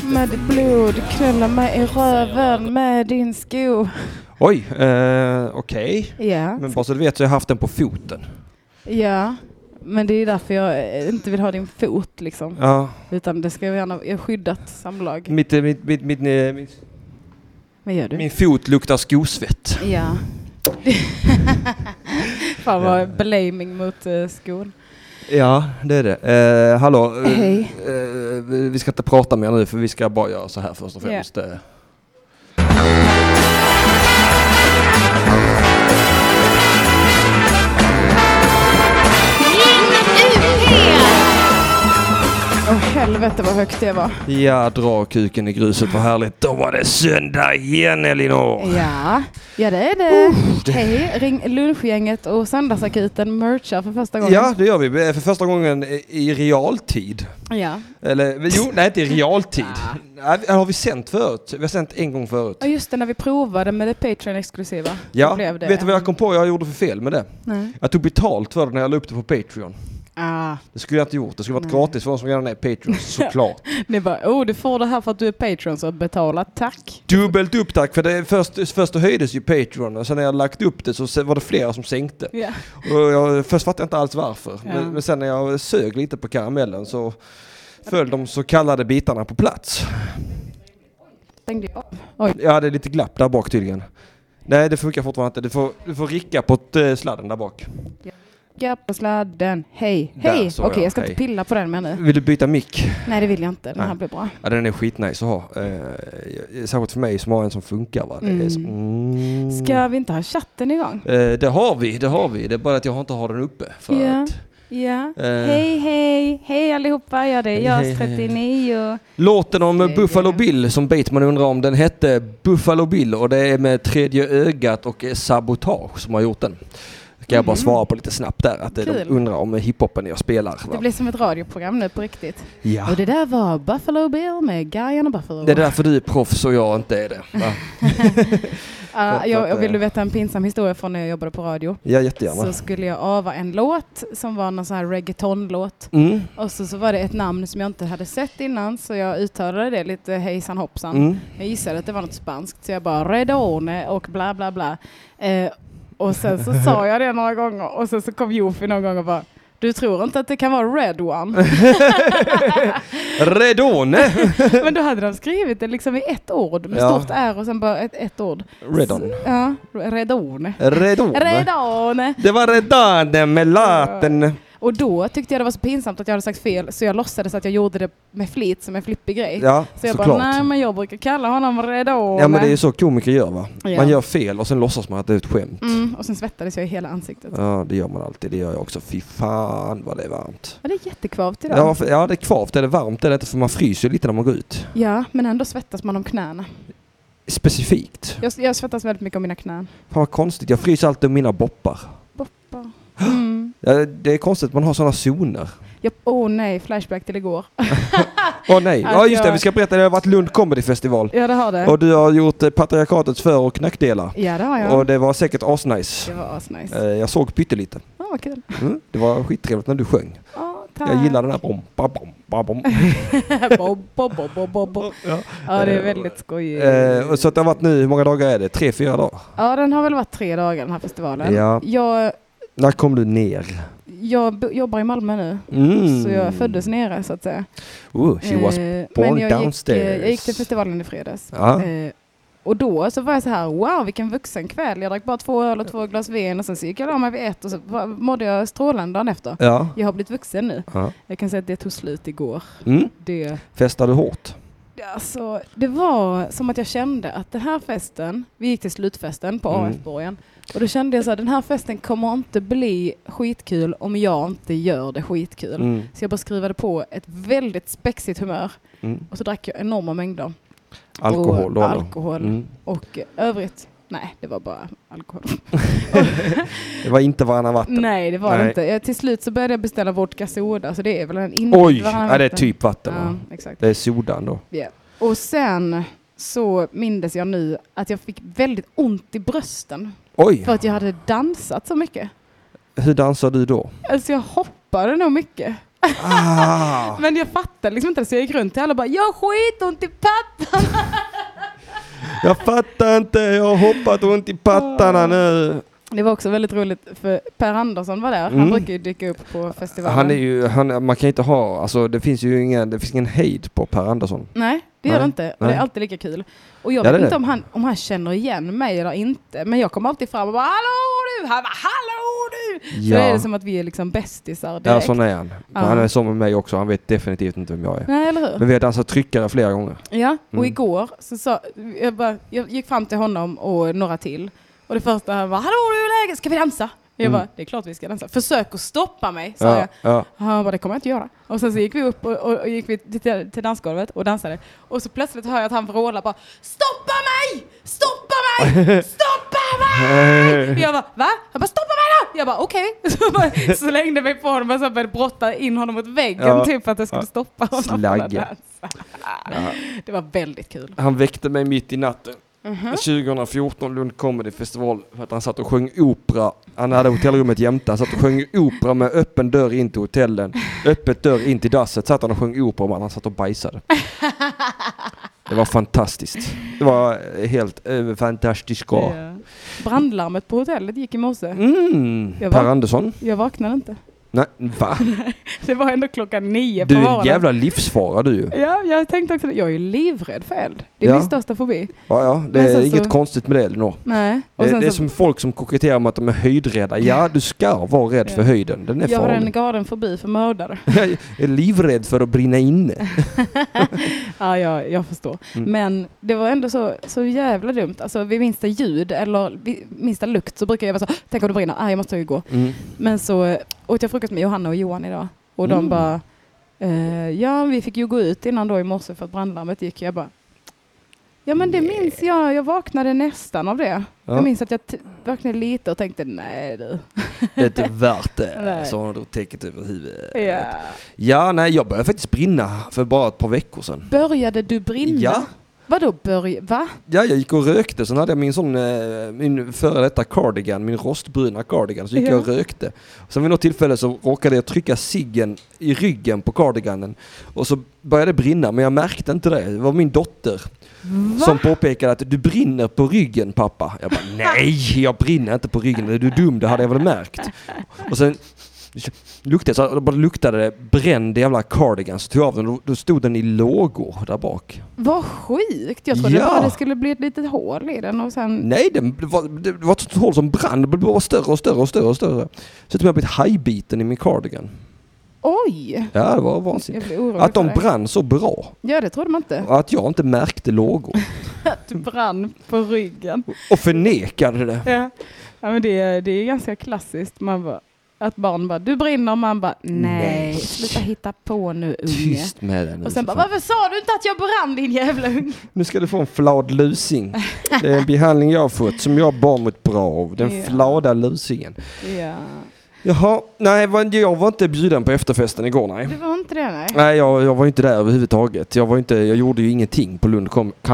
med ditt blod, knulla mig i röven med din sko. Oj, okej. Ja. Men bara så du vet så har jag haft den på foten. Ja, men det är därför jag inte vill ha din fot liksom. Ja. Utan det ska gärna skyddat samlag. Vad gör du? Min fot luktar skosvett. Ja. Fan vad blaming mot skon. Ja, det är det. Hallå. Hej. Vi ska inte prata mer nu för vi ska bara göra så här först och främst. Yeah. Helvete vad högt det var. Ja, dra kuken i gruset, vad härligt. Då var det söndag igen, Elinor. Ja det är det. Hej, ring lunchgänget och söndagsakuten merchar för första gången. Ja, det gör vi. För första gången i realtid. Ja. Eller, nej inte i realtid. Har vi sänt förut? Vi har sänt en gång förut. Ja, just det, när vi provade med det Patreon-exklusiva. Ja, vet du vad jag kom på jag gjorde för fel med det? Nej. Jag tog betalt för det när jag la upp det på Patreon. Det skulle jag inte gjort. Det skulle varit gratis för de som redan är Patreon, såklart. Ni bara, du får det här för att du är Patreon, så betala, tack. Dubbelt upp, tack. För det först höjdes ju Patreon och sen när jag lagt upp det så var det flera som sänkte. Yeah. Och först fattade jag inte alls varför. Yeah. Men sen när jag sög lite på karamellen så föll de så kallade bitarna på plats. Oj. Ja, det är lite glapp där bak tydligen. Nej, det funkar fortfarande inte. Du får ricka på sladden där bak. Yeah. På sladden. Hej. Okej, jag ska inte pilla på den med nu. Vill du byta mick? Nej, det vill jag inte. Den här blir bra. Ja, den är skitnice att ha. Särskilt för mig som har en som funkar, va? Ska vi inte ha chatten igång? Det har vi. Det är bara att jag inte har den uppe. Ja. Hej allihopa. Ja, det är jag, 39. Låten om Buffalo Bill som Bateman undrar om, den hette Buffalo Bill och det är med Tredje ögat och Sabotage som har gjort den. Ska jag bara svara på lite snabbt där att de undrar om hiphopen jag spelar. Va? Det blir som ett radioprogram nu på riktigt. Ja. Och det där var Buffalo Bill med Guyan och Buffalo. Det är därför du är proffs och jag inte är det. Jag vill du veta en pinsam historia från när jag jobbade på radio. Ja, jättegärna. Så skulle jag ava en låt som var någon sån här reggaeton-låt. Och så var det ett namn som jag inte hade sett innan, så jag uttalade det lite hejsan hoppsan. Jag gissade att det var något spanskt, så jag bara Redone och bla bla bla. Och sen så sa jag det några gånger och sen så kom Jofi någon gång och bara, du tror inte att det kan vara Red One? Redone! Men då hade de skrivit det liksom i ett ord med stort R och sen bara ett ord. Redon. Ja, Redone. Redone. Det var Redane med laten. Och då tyckte jag det var så pinsamt att jag hade sagt fel, så jag låtsades att jag gjorde det med flit som en flippig grej. Ja, så jag bara, nej men jag brukar kalla honom Redone. Ja, men det är ju så komiker gör, va? Ja. Man gör fel och sen låtsas man att det är ett skämt. Och sen svettades jag i hela ansiktet. Ja, det gör man alltid. Det gör jag också. Fy fan vad det är varmt. Ja, det är jättekvavt idag. Ja, det är kvavt. Det är varmt. Det är inte för man fryser lite när man går ut. Ja, men ändå svettas man om knäna. Specifikt. Jag svettas väldigt mycket om mina knän. Fan vad konstigt. Jag fryser alltid om mina boppar. Boppar? Ja, det är konstigt att man har sådana zoner. Nej, flashback till igår. Nej. Ja, just det. Vi ska berätta. Det har varit Lund Comedy Festival. Ja, det har det. Och du har gjort patriarkatets för- och nackdelar. Ja, det har jag. Och det var säkert asnice. Det var asnice. Jag såg pyttelite. Ja, vad kul. Det var skittrevligt när du sjöng. Tack. Jag gillar den här bom. Ja, det är väldigt skojigt. Så att det har varit nu, hur många dagar är det? 3-4 dagar? Ja, den har väl varit 3 dagar den här festivalen. Ja. När kom du ner? Jag jobbar i Malmö nu. Så jag föddes nere så att säga. She was born downstairs. Jag gick till festivalen i fredags. Och då så var jag så här, wow vilken vuxen kväll. Jag drack bara 2 öl och 2 glas vin och sen så gick jag av mig vid 1 och så mådde jag strålande dagen efter. Ja. Jag har blivit vuxen nu. Ja. Jag kan säga att det tog slut igår. Festade du hårt? Alltså, det var som att jag kände att den här festen, vi gick till slutfesten på AF-borgen. Och då kände jag så här, den här festen kommer inte bli skitkul om jag inte gör det skitkul. Så jag bara skruvade på ett väldigt spexigt humör. Och så drack jag enorma mängder. Alkohol. Och övrigt. Nej, det var bara alkohol. Det var inte varannan vatten. Nej, det var det inte. Till slut så började jag beställa vodka soda. Så det är väl en Oj, det är typ vatten. Ja, exakt. Det är sodan då. Yeah. Och sen så mindes jag nu att jag fick väldigt ont i brösten. Oj. För att jag hade dansat så mycket. Hur dansar du då? Alltså jag hoppade nog mycket. Men jag fattade liksom inte det, så jag gick runt till alla och bara, jag har skitont i pattarna. Jag fattar inte, jag har hoppat ont i pattarna nu. Det var också väldigt roligt för Per Andersson var där. Han brukar ju dyka upp på festivalen. Man kan inte ha, alltså det finns ingen hejd på Per Andersson. Nej, det gör det inte. Och det är alltid lika kul. Och jag vet inte om han känner igen mig eller inte. Men jag kommer alltid fram och bara, hallå du! Han bara, hallå du! Så är det som att vi är liksom bästisar direkt. Ja, sån är han. Ja. Han är som med mig också. Han vet definitivt inte vem jag är. Nej, eller hur? Men vi har dansat tryckare flera gånger. Ja, och igår så jag gick fram till honom och några till. Och det första han var, hallå du är läge, ska vi dansa? Jag bara, det är klart vi ska dansa. Försök att stoppa mig, sa jag. Ja. Han bara, det kommer jag inte göra. Och sen så gick vi upp och gick vi till dansgolvet och dansade. Och så plötsligt hör jag att han vrålar bara, stoppa mig! Stoppa mig! Stoppa mig! Jag bara, va? Han bara, stoppa mig då! Jag bara, okej. Så slängde mig på honom och så började brotta in honom mot väggen typ för att jag skulle stoppa honom. Slagge. Det var väldigt kul. Han väckte mig mitt i natten. 2014 Lund Comedy Festival för att han satt och sjöng opera. Han hade hotellrummet jämte. Han satt och sjöng opera med öppen dörr in till hotellen. Öppet dörr in till dasset. Satt han och sjöng opera men han satt och bajsade. Det var fantastiskt. Det var helt fantastiskt. Ja. Brandlarmet på hotellet gick i morse. Per Andersson. Jag vaknade inte. Nej, va? Det var ändå 9:00 på morgonen. Du är en jävla livsfara du ju. Ja, jag tänkte också, jag är livrädd för eld. Det är min största fobi. Ja, det är inget konstigt med det, Elinor. Nej. Och det är som folk som koketterar med att de är höjdrädda. Ja, du ska vara rädd för höjden. Den är farlig. Jag har en galen fobi för mördare. Jag är livrädd för att brinna inne. Ja, jag förstår. Men det var ändå så jävla dumt. Alltså vid minsta ljud eller vid minsta lukt så brukar jag vara så, tänk om det brinner. Jag måste ju gå. Men så åt jag frukost med Johanna och Johan idag. Och de bara, vi fick ju gå ut innan då i morse för att brandlarmet gick. Jag bara, ja men det minns jag. Jag vaknade nästan av det. Ja. Jag minns att jag vaknade lite och tänkte, nej du. Det är inte värt det. Så har du täcket över huvudet. Ja, nej, jag började faktiskt brinna för bara ett par veckor sedan. Började du brinna? Ja. Vadå va? Ja, jag gick och rökte. Sen hade jag min före detta cardigan, min rostbruna cardigan. Så gick jag och rökte. Sen vid något tillfälle så råkade jag trycka ciggen i ryggen på cardiganen. Och så började det brinna, men jag märkte inte det. Det var min dotter som påpekade att du brinner på ryggen, pappa. Jag bara, nej, jag brinner inte på ryggen. Är du dum? Det hade jag väl märkt. Och sen luktade det bränd jävla cardigan, så tog av den och då stod den i lågor där bak. Vad sjukt! Jag trodde bara det skulle bli ett litet hål i den och sen... Nej, det var ett hål som brann. Det blev bara större och större och större och större. Så att jag blivit hajbiten i min cardigan. Oj! Ja, det var vansinnigt. Att de brann så bra. Ja, det trodde man inte. Och att jag inte märkte lågor. Att du brann på ryggen. Och förnekade det. Ja, men det är ganska klassiskt. Man bara... Att barn bara, du brinner, och man bara, nej, sluta hitta på nu, unge. Tyst med den. Och sen bara, varför sa du inte att jag brann, din jävla unge? Nu ska du få en flad lusing. Det är en behandling jag har fått som jag bar mot bra av. Den flada lusingen. Ja. Jaha, nej, jag var inte bjuden på efterfesten igår, nej. Du var inte det, nej? Nej, jag var inte där överhuvudtaget. Jag gjorde ju ingenting på Lund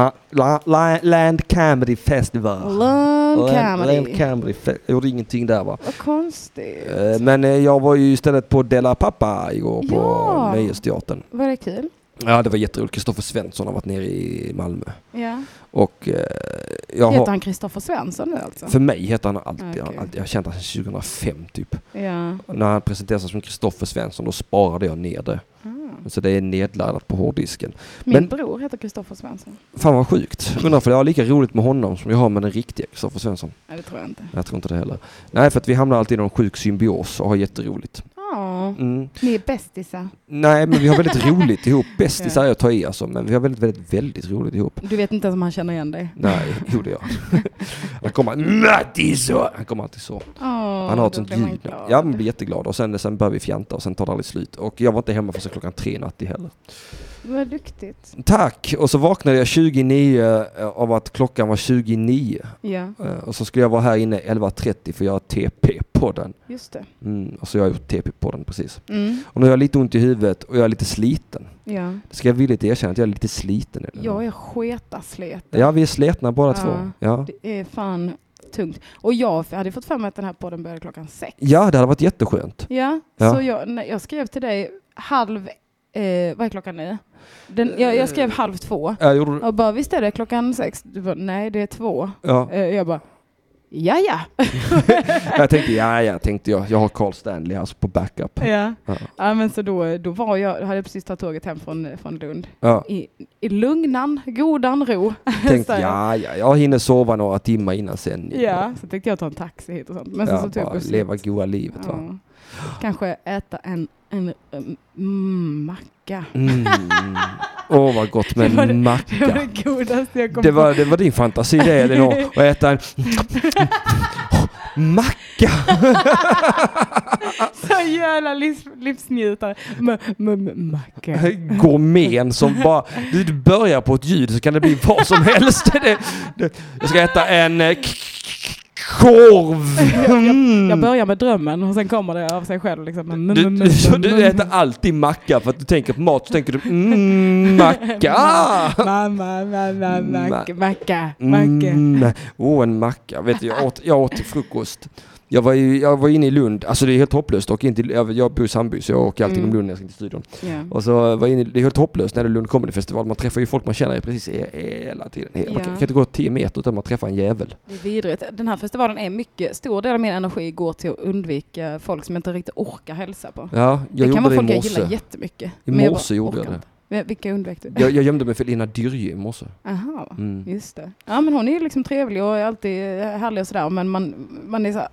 Land Comedy Festival. Land Comedy Festival. Jag gjorde ingenting där, va? Vad konstigt. Men jag var ju istället på Della Pappa igår på Nöjesteatern. Var det kul? Ja, det var jätteroligt. Kristoffer Svensson har varit nere i Malmö. Ja. Och heter han Kristoffer Svensson nu alltså? För mig heter han alltid. Okay. Jag har känt honom sedan 2005 typ. Ja. När han presenterades som Kristoffer Svensson, då sparade jag ner det. Så det är nedladdat på hårddisken. Min bror heter Kristoffer Svensson. Fan vad sjukt. Undrar för jag har lika roligt med honom som jag har med den riktiga Kristoffer Svensson. Nej, det tror jag inte. Jag tror inte det heller. Nej, för att vi hamnar alltid i någon sjuk symbios och har jätteroligt. Ni är bästisar. Nej, men vi har väldigt roligt ihop. Bästisar är att ta i alltså, men vi har väldigt, väldigt, väldigt roligt ihop. Du vet inte ens om han känner igen dig? Nej, jo det gör han kommer alltid så. Han har ett sånt ljud. Ja, man blir jätteglad. Och sen börjar vi fjanta och sen tar det aldrig slut. Och jag var inte hemma förrän klockan 3 natt heller. Vad duktigt. Tack! Och så vaknade jag 29 av att klockan var 29. Ja. Och så skulle jag vara här inne 11:30 för jag har TP-podden. Just det. Och så jag har gjort TP-podden precis. Och nu har jag lite ont i huvudet och jag är lite sliten. Ja. Det ska jag villigt erkänna att jag är lite sliten. Jag är sketasleten. Ja, vi är sletna båda två. Ja. Det är fan tungt. Och jag hade fått för mig att den här podden började klockan 6. Ja, det hade varit jätteskönt. Ja. Så jag skrev till dig vad är klockan nu? Jag skrev 1:30. Ja, gjorde du? Och bara, visst är det klockan 6? Du bara, nej det är 2. Ja. Jag bara, ja. jag tänkte jag har Carl Stanley alltså på backup. Ja, men så då hade jag precis tagit tåget hem från Lund. Ja. I lugnan, godan ro. Tänkte jag hinner sova några timmar innan sen. Ja, så tänkte jag ta en taxi hit och sånt. Men så tog jag leva goda livet, va? Kanske äta en macka. Vad gott med en macka. Det var det godaste jag kom på. Det var din fantasi det, Elinor. Att äta en macka. Så jävla livsnjutare. Macka. Gourmet som bara... Du börjar på ett ljud så kan det bli vad som helst. Jag ska äta en... korv. Jag börjar med drömmen och sen kommer det av sig själv. Liksom. Du äter alltid macka för att du tänker på mat så tänker du macka. Macka. En macka. Vet du, jag åt till frukost. Jag var inne i Lund, alltså det är helt hopplöst och jag bor i Sandby så jag åker alltid inom Lund när jag ska till studion. Yeah. Och så var det är helt hopplöst när det är Lund Comedy Festival. Man träffar ju folk man känner precis hela tiden. Man kan inte gå 10 meter utan man träffar en jävel. Det är vidrigt. Den här festivalen är mycket stor del av min energi går till att undvika folk som inte riktigt orkar hälsa på. Ja, det kan vara folk jag gillar jättemycket. I morse gjorde jag det. Vilka undvek du? Jag gömde mig för Lina Dyrje i morse. Aha, just det. Ja, men hon är ju liksom trevlig och är alltid härlig och sådär. Men man är så här,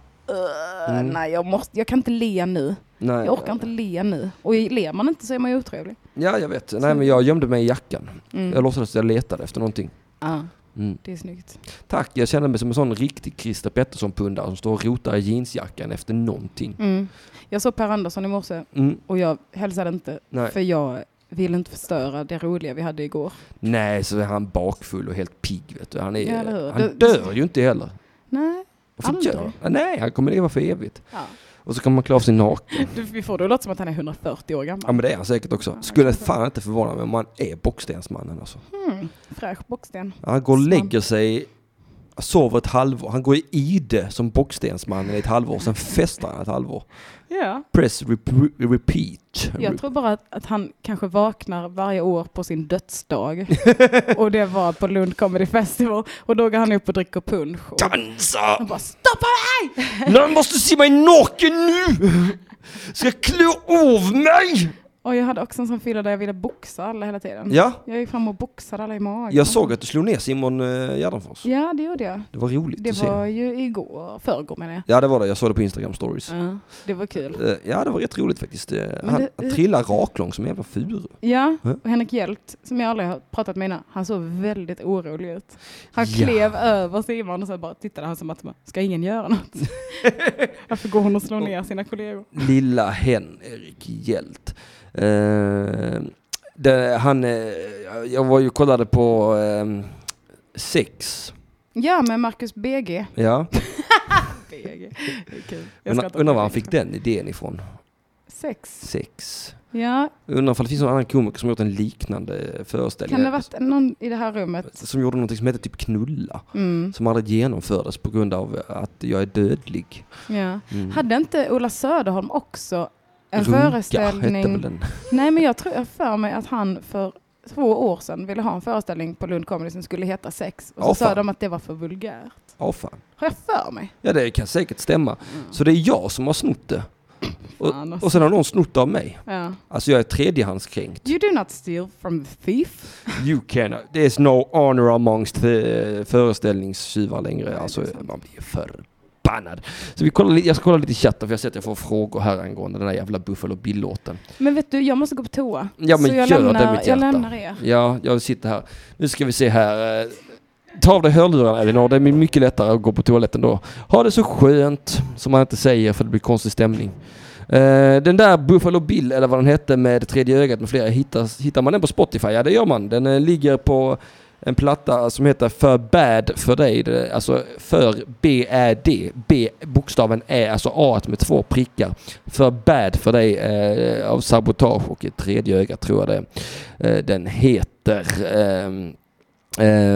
nej, jag kan inte le nu. Nej, jag orkar inte le nu. Och ler man inte så är man ju otrevlig. Ja, jag vet. Nej, men jag gömde mig i jackan. Jag låtsades att jag letade efter någonting. Det är snyggt. Tack, jag känner mig som en sån riktig Christer Pettersson-pundare som står och rotar i jeansjackan efter någonting. Jag såg Per Andersson i morse och jag hälsade inte. Nej. För jag vill inte förstöra det roliga vi hade igår. Nej, så är han bakfull och helt pigg, vet du. Han dör ju inte heller. Nej. Nej, han kommer leva för evigt. Ja. Och så kan man klara av sin naken. Vi får det låta som att han är 140 år gammal. Ja, men det är han säkert också. Skulle fan inte förvåna mig om man är Bockstensmannen alltså. Fräsch Bocksten. Han går och lägger sig, sover ett halvår. Han går i ide som Bockstensmannen i ett halvår. Sen festar han ett halvår. Ja. Press repeat. Jag tror bara att han kanske vaknar varje år på sin dödsdag. Och det var på Lund Comedy Festival. Och då går han upp och dricker punsch. Och dansa! Och bara, stoppa dig! Någon måste se mig naken nu! Ska jag klå av mig? Och jag hade också en sån fylla där jag ville boxa alla hela tiden. Ja. Jag gick fram och boxade alla i magen. Jag såg att du slog ner Simon Gärdenfors. Ja, det gjorde jag. Det var roligt att se. Det var ju förrgår menar jag. Ja, det var det. Jag såg det på Instagram stories. Ja, det var kul. Ja, det var rätt roligt faktiskt. Han trillar raklång som en jävla furu. Ja, och Henrik Hjelt, som jag aldrig har pratat med innan, han såg väldigt orolig ut. Han klev över Simon och så bara tittade han som att ska ingen göra något? Varför går hon och slår ner sina kollegor? Lilla Henrik Hjelt. Jag var ju kollade på Sex. Ja, med Marcus BG. Ja. BG. Det är kul. Undrar var han fick den idén ifrån. Sex. Ja. Undrar om det finns någon annan komiker som gjort en liknande föreställning. Kan det varit någon i det här rummet? Som gjorde någonting som heter typ Knulla. Som aldrig genomfördes på grund av att jag är dödlig. Ja. Hade inte Ola Söderholm också en Runka föreställning? hette väl den. Nej, men jag tror för mig att han för 2 år sedan ville ha en föreställning på Lund Comedy som skulle heta Sex. Och så sa de att det var för vulgärt. Fan. Har jag för mig? Ja, det kan säkert stämma. Så det är jag som har snott det. Och sen har någon snott av mig. Ja. Alltså jag är tredjehandskränkt. You do not steal from the thief. You cannot. There's no honor amongst föreställningstjuvar längre. Alltså man blir förbannad. Så jag ska kolla lite i chatten för jag ser att jag får frågor här angående den där jävla Buffalo Bill-låten. Men vet du, jag måste gå på toa. Ja, men så jag lämnar er. Ja, jag sitter här. Nu ska vi se här. Ta av dig hörlurarna, Elinor. Det är mycket lättare att gå på toaletten då. Ha det så skönt, som man inte säger för det blir konstig stämning. Den där Buffalo Bill, eller vad den hette, med Tredje ögat med flera, hittar man den på Spotify? Ja, det gör man. Den ligger på en platta som heter För bad för dig. Alltså för B-A-D. Bokstaven är alltså A med 2 prickar. För bad för dig av Sabotage och ett Tredje ögat tror jag det är. Den heter...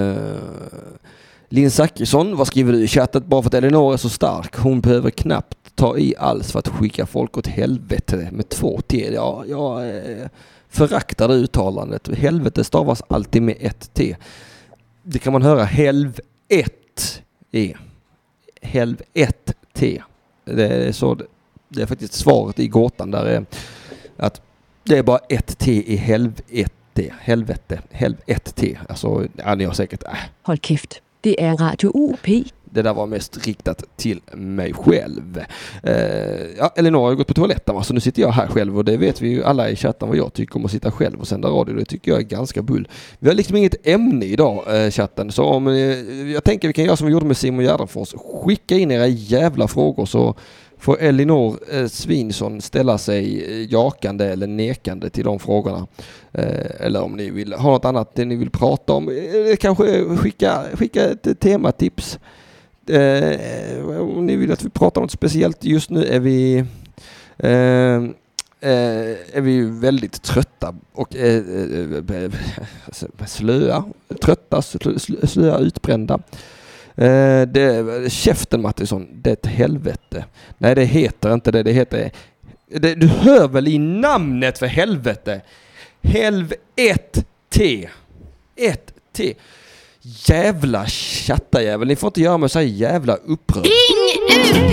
Linn Zachrisson, vad skriver du i chattet? Bara för att Elinor är så stark. Hon behöver knappt ta i alls för att skicka folk åt helvete med 2 T. Ja, jag föraktar det uttalandet. Helvete stavas alltid med 1 T. Det kan man höra helvete. Helvete. Det är så. Det är faktiskt svaret i gåtan där är att det är bara 1 T i helvete. Helvete. Alltså, ja, ni har säkert... Håll käft. Det är Radio UP. Det där var mest riktat till mig själv. Elinor har gått på toaletten, va? Så nu sitter jag här själv och det vet vi ju alla i chatten vad jag tycker om att sitta själv och sända radio. Det tycker jag är ganska bull. Vi har liksom inget ämne idag, chatten. Så om, jag tänker vi kan göra som vi gjorde med Simon Gärdenfors. Skicka in era jävla frågor så får Elinor Svinsson ställa sig jakande eller nekande till de frågorna. Eller om ni vill ha något annat det ni vill prata om. Kanske skicka ett tematips. Om ni vill att vi pratar om något speciellt. Just nu är vi väldigt trötta och slöa, utbrända. Käften Mattisson, det är ett helvete. Nej, det heter inte det. Det heter du hör väl i namnet för helvete. Helvete. 1 T. Jävla chattajävel. Ni får inte göra mig så här jävla upprörd. Ring UP!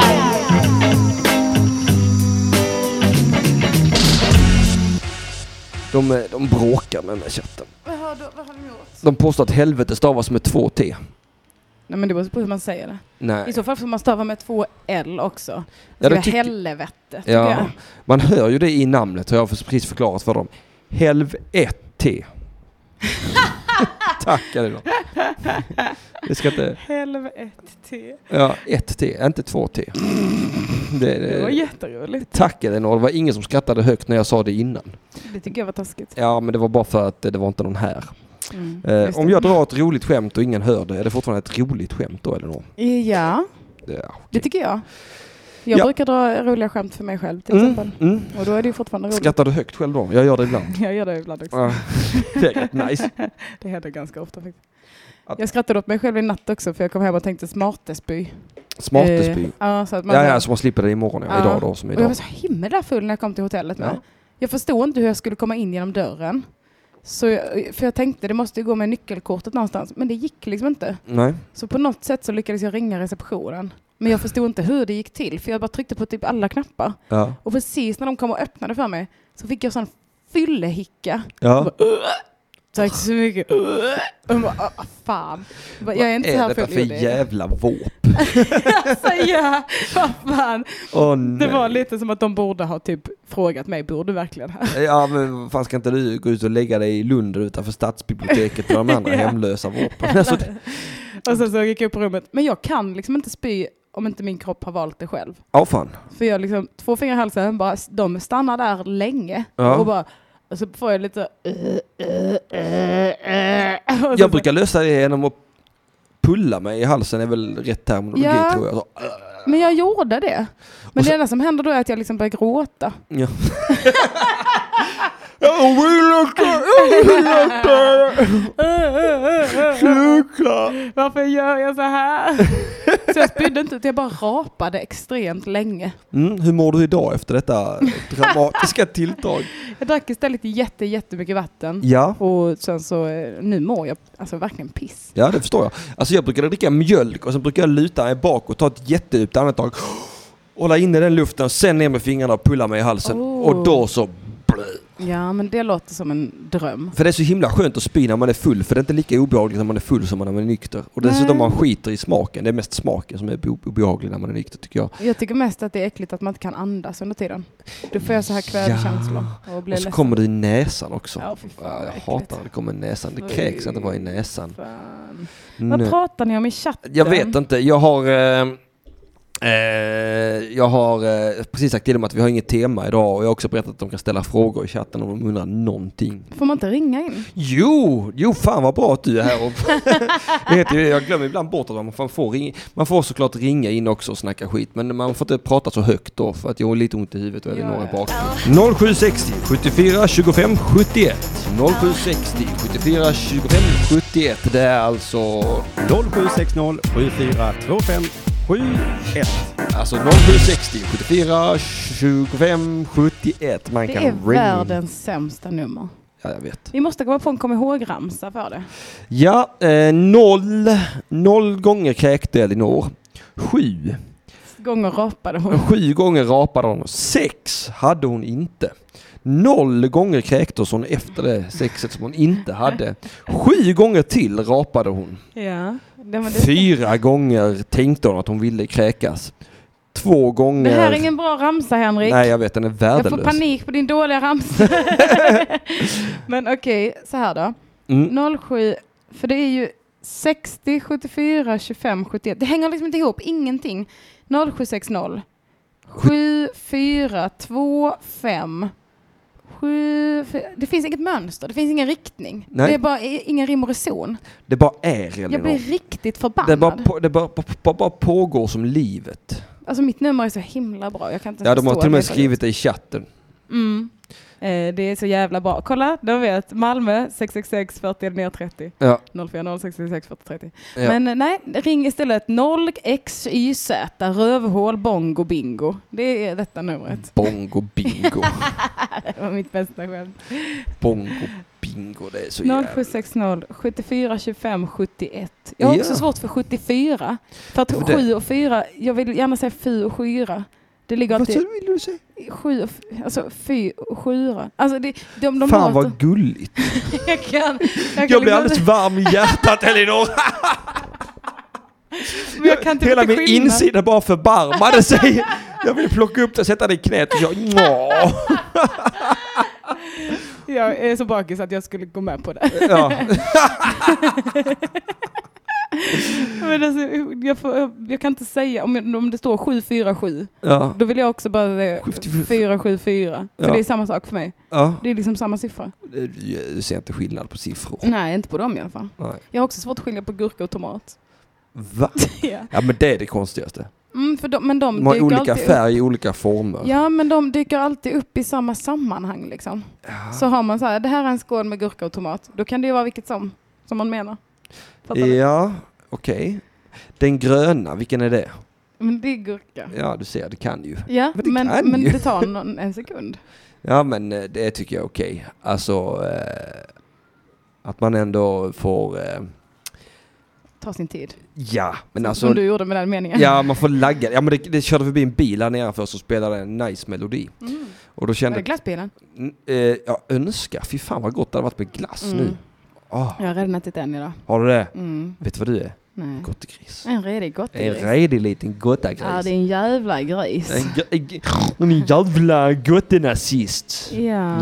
De bråkar med mig, chatten. Vad har de gjort? De påstår att helvete stavas med 2 T. Nej, men det beror på hur man säger det. Nej. I så fall får man stava med 2 L också. Ja, det helvete, tycker ja, jag. Man hör ju det i namnet, har jag precis förklarat för dem. Helvete. Tack, Elinor. Det ska inte... Helvete. Ja, 1 T, inte 2 T. Det var jätteroligt. Tack, Elinor. Det var ingen som skrattade högt när jag sa det innan. Det tycker jag var taskigt. Ja, men det var bara för att det var inte någon här. Om jag drar ett roligt skämt och ingen hör det, är det fortfarande ett roligt skämt då, Elinor? Ja, okay. Det tycker jag. Jag brukar dra roliga skämt för mig själv till exempel. Och då är det ju fortfarande roligt. Skrattar du högt själv då? Jag gör det ibland. Jag gör det ibland också. Det är rätt nice. Det händer ganska ofta faktiskt. Jag skrattade åt mig själv i natt också för jag kom hem och tänkte smartespy. Smartespy? Ja, så att man så man slipper det imorgon. Ja. Idag då, som idag. Och jag var så himla full när jag kom till hotellet med. Ja. Jag förstod inte hur jag skulle komma in genom dörren. För jag tänkte det måste ju gå med nyckelkortet någonstans. Men det gick liksom inte. Nej. Så på något sätt så lyckades jag ringa receptionen. Men jag förstod inte hur det gick till. För jag bara tryckte på typ alla knappar. Ja. Och precis när de kom och öppnade för mig så fick jag sån fyllehicka. Ja. Tack så mycket. Fan. Jag är inte vad är detta för jävla våp? Ja, vad fan. Det Nej. var lite som att de borde ha typ frågat mig, borde verkligen här? Ja, men fan ska inte du gå ut och lägga dig i Lund utanför stadsbiblioteket med de andra hemlösa våpen? Alltså, och sen så gick jag upp på rummet. Men jag kan liksom inte spy om inte min kropp har valt det själv. Ja, fan. För jag liksom, 2 fingrar i halsen, bara, de stannar där länge. Ja. Och så får jag lite... Jag brukar lösa det genom att pulla mig i halsen, är väl rätt terminologi, tror jag. Så. Men jag gjorde det. Men det enda som händer då är att jag liksom börjar gråta. Ja. Sluta! Varför gör jag så här? Så jag spydde inte ut, jag bara rapade extremt länge. Hur mår du idag efter detta dramatiska tilltag? Jag drack istället jättemycket vatten. Ja. Och sen så, nu mår jag alltså verkligen piss. Ja, det förstår jag. Alltså jag brukar dricka mjölk och så brukar jag luta mig bak och ta ett jättedjupt andetag. Hålla inne den luften och sen ner med fingrarna och pulla mig i halsen. Och då så... Ja, men det låter som en dröm. För det är så himla skönt att spy när man är full. För det är inte lika obehagligt när man är full som när man är nykter. Och dessutom man skiter i smaken. Det är mest smaken som är obehaglig när man är nykter, tycker jag. Jag tycker mest att det är äckligt att man inte kan andas under tiden. Då får jag så här kvävkänslor. Och så kommer det i näsan också. Ja, fan, jag hatar när det kommer i näsan. Det kräks inte bara i näsan. Vad pratar ni om i chatten? Jag vet inte. Jag har precis sagt till dem att vi har inget tema idag och jag har också berättat att de kan ställa frågor i chatten om de undrar någonting. Får man inte ringa in? Jo, fan vad bra att du är här. Och jag glömmer ibland bort att man får såklart ringa in också och snacka skit, men man får inte prata så högt då för att jag har lite ont i huvudet och är några bak. 0760 74 25 71 0760 74 25 71. Det är alltså 0760 74 25 71. Alltså 0760 74 25 71. Man det kan är ringa. världens sämsta nummer. Ja, jag vet. Vi måste komma på en kom ihåg-ramsa för det. Ja, 0 gånger kräkte Elinor. 7 gånger rapade hon. 7 gånger rapade hon. 6 hade hon inte. 0 gånger kräktes hon efter det 6 som hon inte hade. 7 gånger till rapade hon. Ja. 4 gånger tänkte hon att hon ville kräkas. 2 gånger... Det här är ingen bra ramsa, Henrik. Nej, jag vet, den är värdelös. Jag får panik på din dåliga ramsa. Men okej, så här då. 07, för det är ju 60, 74, 25, 71. Det hänger liksom inte ihop, ingenting. 0760 7, 4, 2, 5 7, 4. Det finns inget mönster, det finns ingen riktning. Nej. Det är bara ingen rim och reson. Det bara är, Elinor. Jag blir riktigt förbannad. Det bara pågår som livet. Alltså mitt nummer är så himla bra. Jag kan inte Ja, de har till och med det skrivit det i chatten. Det är så jävla bra. Kolla, de vet. Malmö 666 40 30. Ja. 04 066 40 30. Ja. Men nej, ring istället 0XYZ rövhål bongo bingo. Det är detta numret. Bongo bingo. Det var mitt bästa skämt. Bongo bingo, det är så 0760 74 25 71. Jag har också svårt för 74. För att 7 och 4, jag vill gärna säga 4 och 4. Det ligger alltid... Vad vill du säga? 7 och alltså 4 och 7. Alltså de fan vad gulligt. jag blir alldeles varm i hjärtat, Elinor. Men jag kan inte hela min insida bara förbarmade sig. Jag vill plocka upp det och sätta det i knät och jag är så bakis att jag skulle gå med på det. Ja. Men alltså, jag kan inte säga om det står 747. Ja. Då vill jag också bara säga 474. För det är samma sak för mig. Ja. Det är liksom samma siffra. Du ser inte skillnad på siffror. Nej, inte på dem i alla fall. Nej. Jag har också svårt att skilja på gurka och tomat. Va? Ja. Ja, men det är det konstigaste. För de har olika färg i olika former. Ja, men de dyker alltid upp i samma sammanhang liksom. Ja. Så har man så här, det här är en skål med gurka och tomat. Då kan det ju vara vilket som man menar. Ja, okej. Den gröna, vilken är det? Men det är gurka. Ja, du ser, det kan ju. Ja, men det tar en sekund. Ja, men det tycker jag är okej. Alltså, att man ändå får... ta sin tid. Ja, men alltså... Som du gjorde med den meningen. Ja, man får lagga. Ja, men det körde förbi en bil här nedanför så spelade en nice melodi. Och då kände... Var det glassbilen? Jag önskar. Fy fan vad gott det hade varit med glass nu. Jag har redan ätit en idag. Har du det? Vet du vad du är? Nej. Gottegris. En redig gottegris. En redig liten gottagris. Ja, det är en jävla gris. En jävla gottenazist. Ja.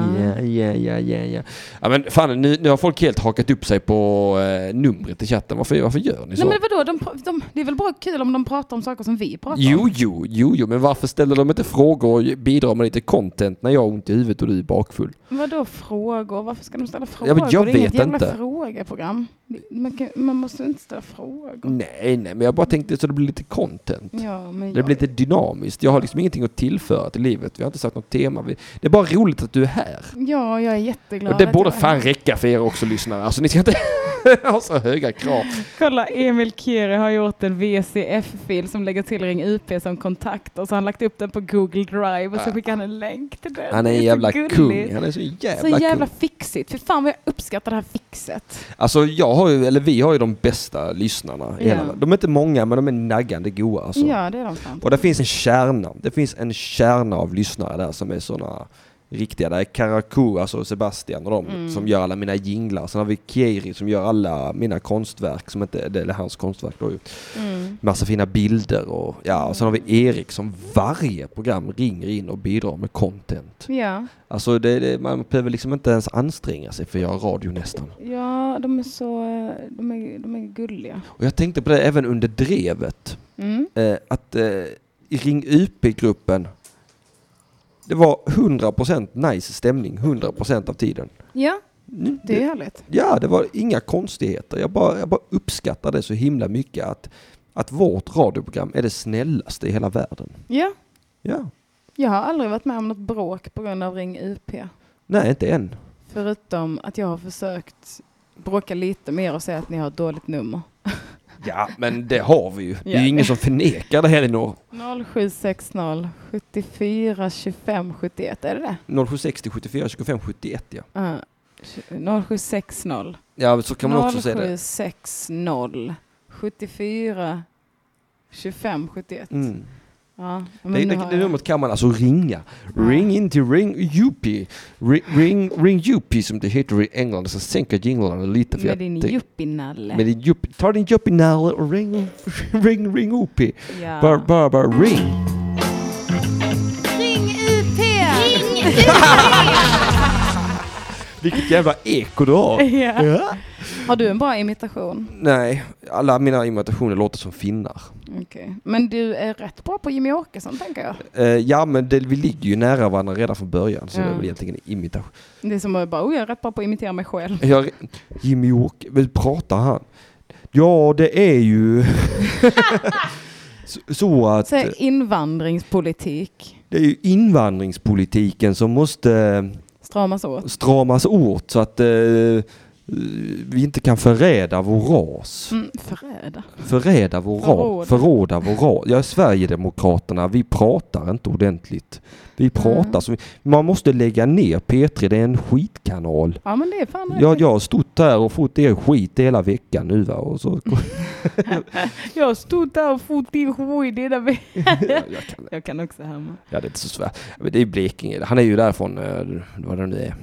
Ja, men fan, nu har folk helt hakat upp sig på numret i chatten. Varför gör ni så? Nej, men vadå? Det är väl bara kul om de pratar om saker som vi pratar om? Jo, men varför ställer de inte frågor och bidrar med lite content när jag har ont i huvudet och du är bakfull? Vadå frågor? Varför ska de ställa frågor? Ja, men jag det är vet inget jävla inte. Frågeprogram. Man måste inte ställa frågor. Nej, men jag bara tänkte så det blir lite content. Ja, men det blir lite dynamiskt. Jag har liksom ingenting att tillföra till livet. Vi har inte sagt något tema. Det är bara roligt att du är här. Ja, jag är jätteglad. Och det borde fan räcka för er också lyssnare. Alltså ni ska inte ha så höga krav. Kolla, Emil Kiri har gjort en VCF-fil som lägger till Ring UP som kontakt. Och så har han lagt upp den på Google Drive och så skickar han en länk till den. Han är en jävla kung. Han är så jävla fixigt. För fan vad jag uppskattar det här fixet. Alltså vi har ju de bästa lyssnarna. De är inte många men de är naggande goa. Alltså. Ja, det är de fan. Och det finns en kärna. Det finns en kärna av lyssnare där som är såna riktiga. Det är Karakou, alltså Sebastian och de som gör alla mina jinglar. Sen har vi Kiri som gör alla mina konstverk som inte det är hans konstverk då ju. Massa fina bilder och och sen har vi Erik som varje program ringer in och bidrar med content. Ja. Alltså man behöver liksom inte ens anstränga sig för att göra radio nästan. Ja, de är så de är gulliga. Och jag tänkte på det även under drevet. Att i Ring UP-gruppen det var 100% nice stämning 100% av tiden. Ja, det är härligt. Ja, det var inga konstigheter. Jag bara uppskattar det så himla mycket att vårt radioprogram är det snällaste i hela världen. Ja. Ja. Jag har aldrig varit med om något bråk på grund av Ring UP. Nej, inte än. Förutom att jag har försökt bråka lite mer och säga att ni har ett dåligt nummer. Ja, men det har vi ju. Det är ju ingen som förnekar det här i norr. 0760 74 25 71, är det det? 0760 74 25 71, ja. 0760. Ja, så kan man också säga det. 0760 74 25 71. Ja, det numret kan man alltså ringa. Ring in till Ring UP. Ring UP som det heter i England. Så sänka jinglarna lite. Med din juppinalle. Ta din juppinalle och ring UP. Ja. Bara ring. Ring UP! Ring UP! Vilket jävla eko du har. Ja. Har du en bra imitation? Nej, alla mina imitationer låter som finnar. Okej. Men du är rätt bra på Jimmy Åkesson, tänker jag. Ja, men vi ligger ju nära varandra redan från början. Så det är väl egentligen en imitation. Det är som att jag är rätt bra på att imitera mig själv. Jimmy Åkesson, väl pratar han? Ja, det är ju... så att... Så invandringspolitik. Det är ju invandringspolitiken som måste... stramas åt så att vi inte kan förräda vår ras. Förråda vår ras. Ja, Sverigedemokraterna, vi pratar inte ordentligt. Vi pratar som... Man måste lägga ner P3, det är en skitkanal. Ja, men det är fan... Jag har stått där och fått er skit hela veckan nu, va? Och så... Jag har stått där och fått er skit hela veckan. Jag kan också härma. Ja, det är inte så svårt. Det är Blekinge. Han är ju därifrån, vad det nu är.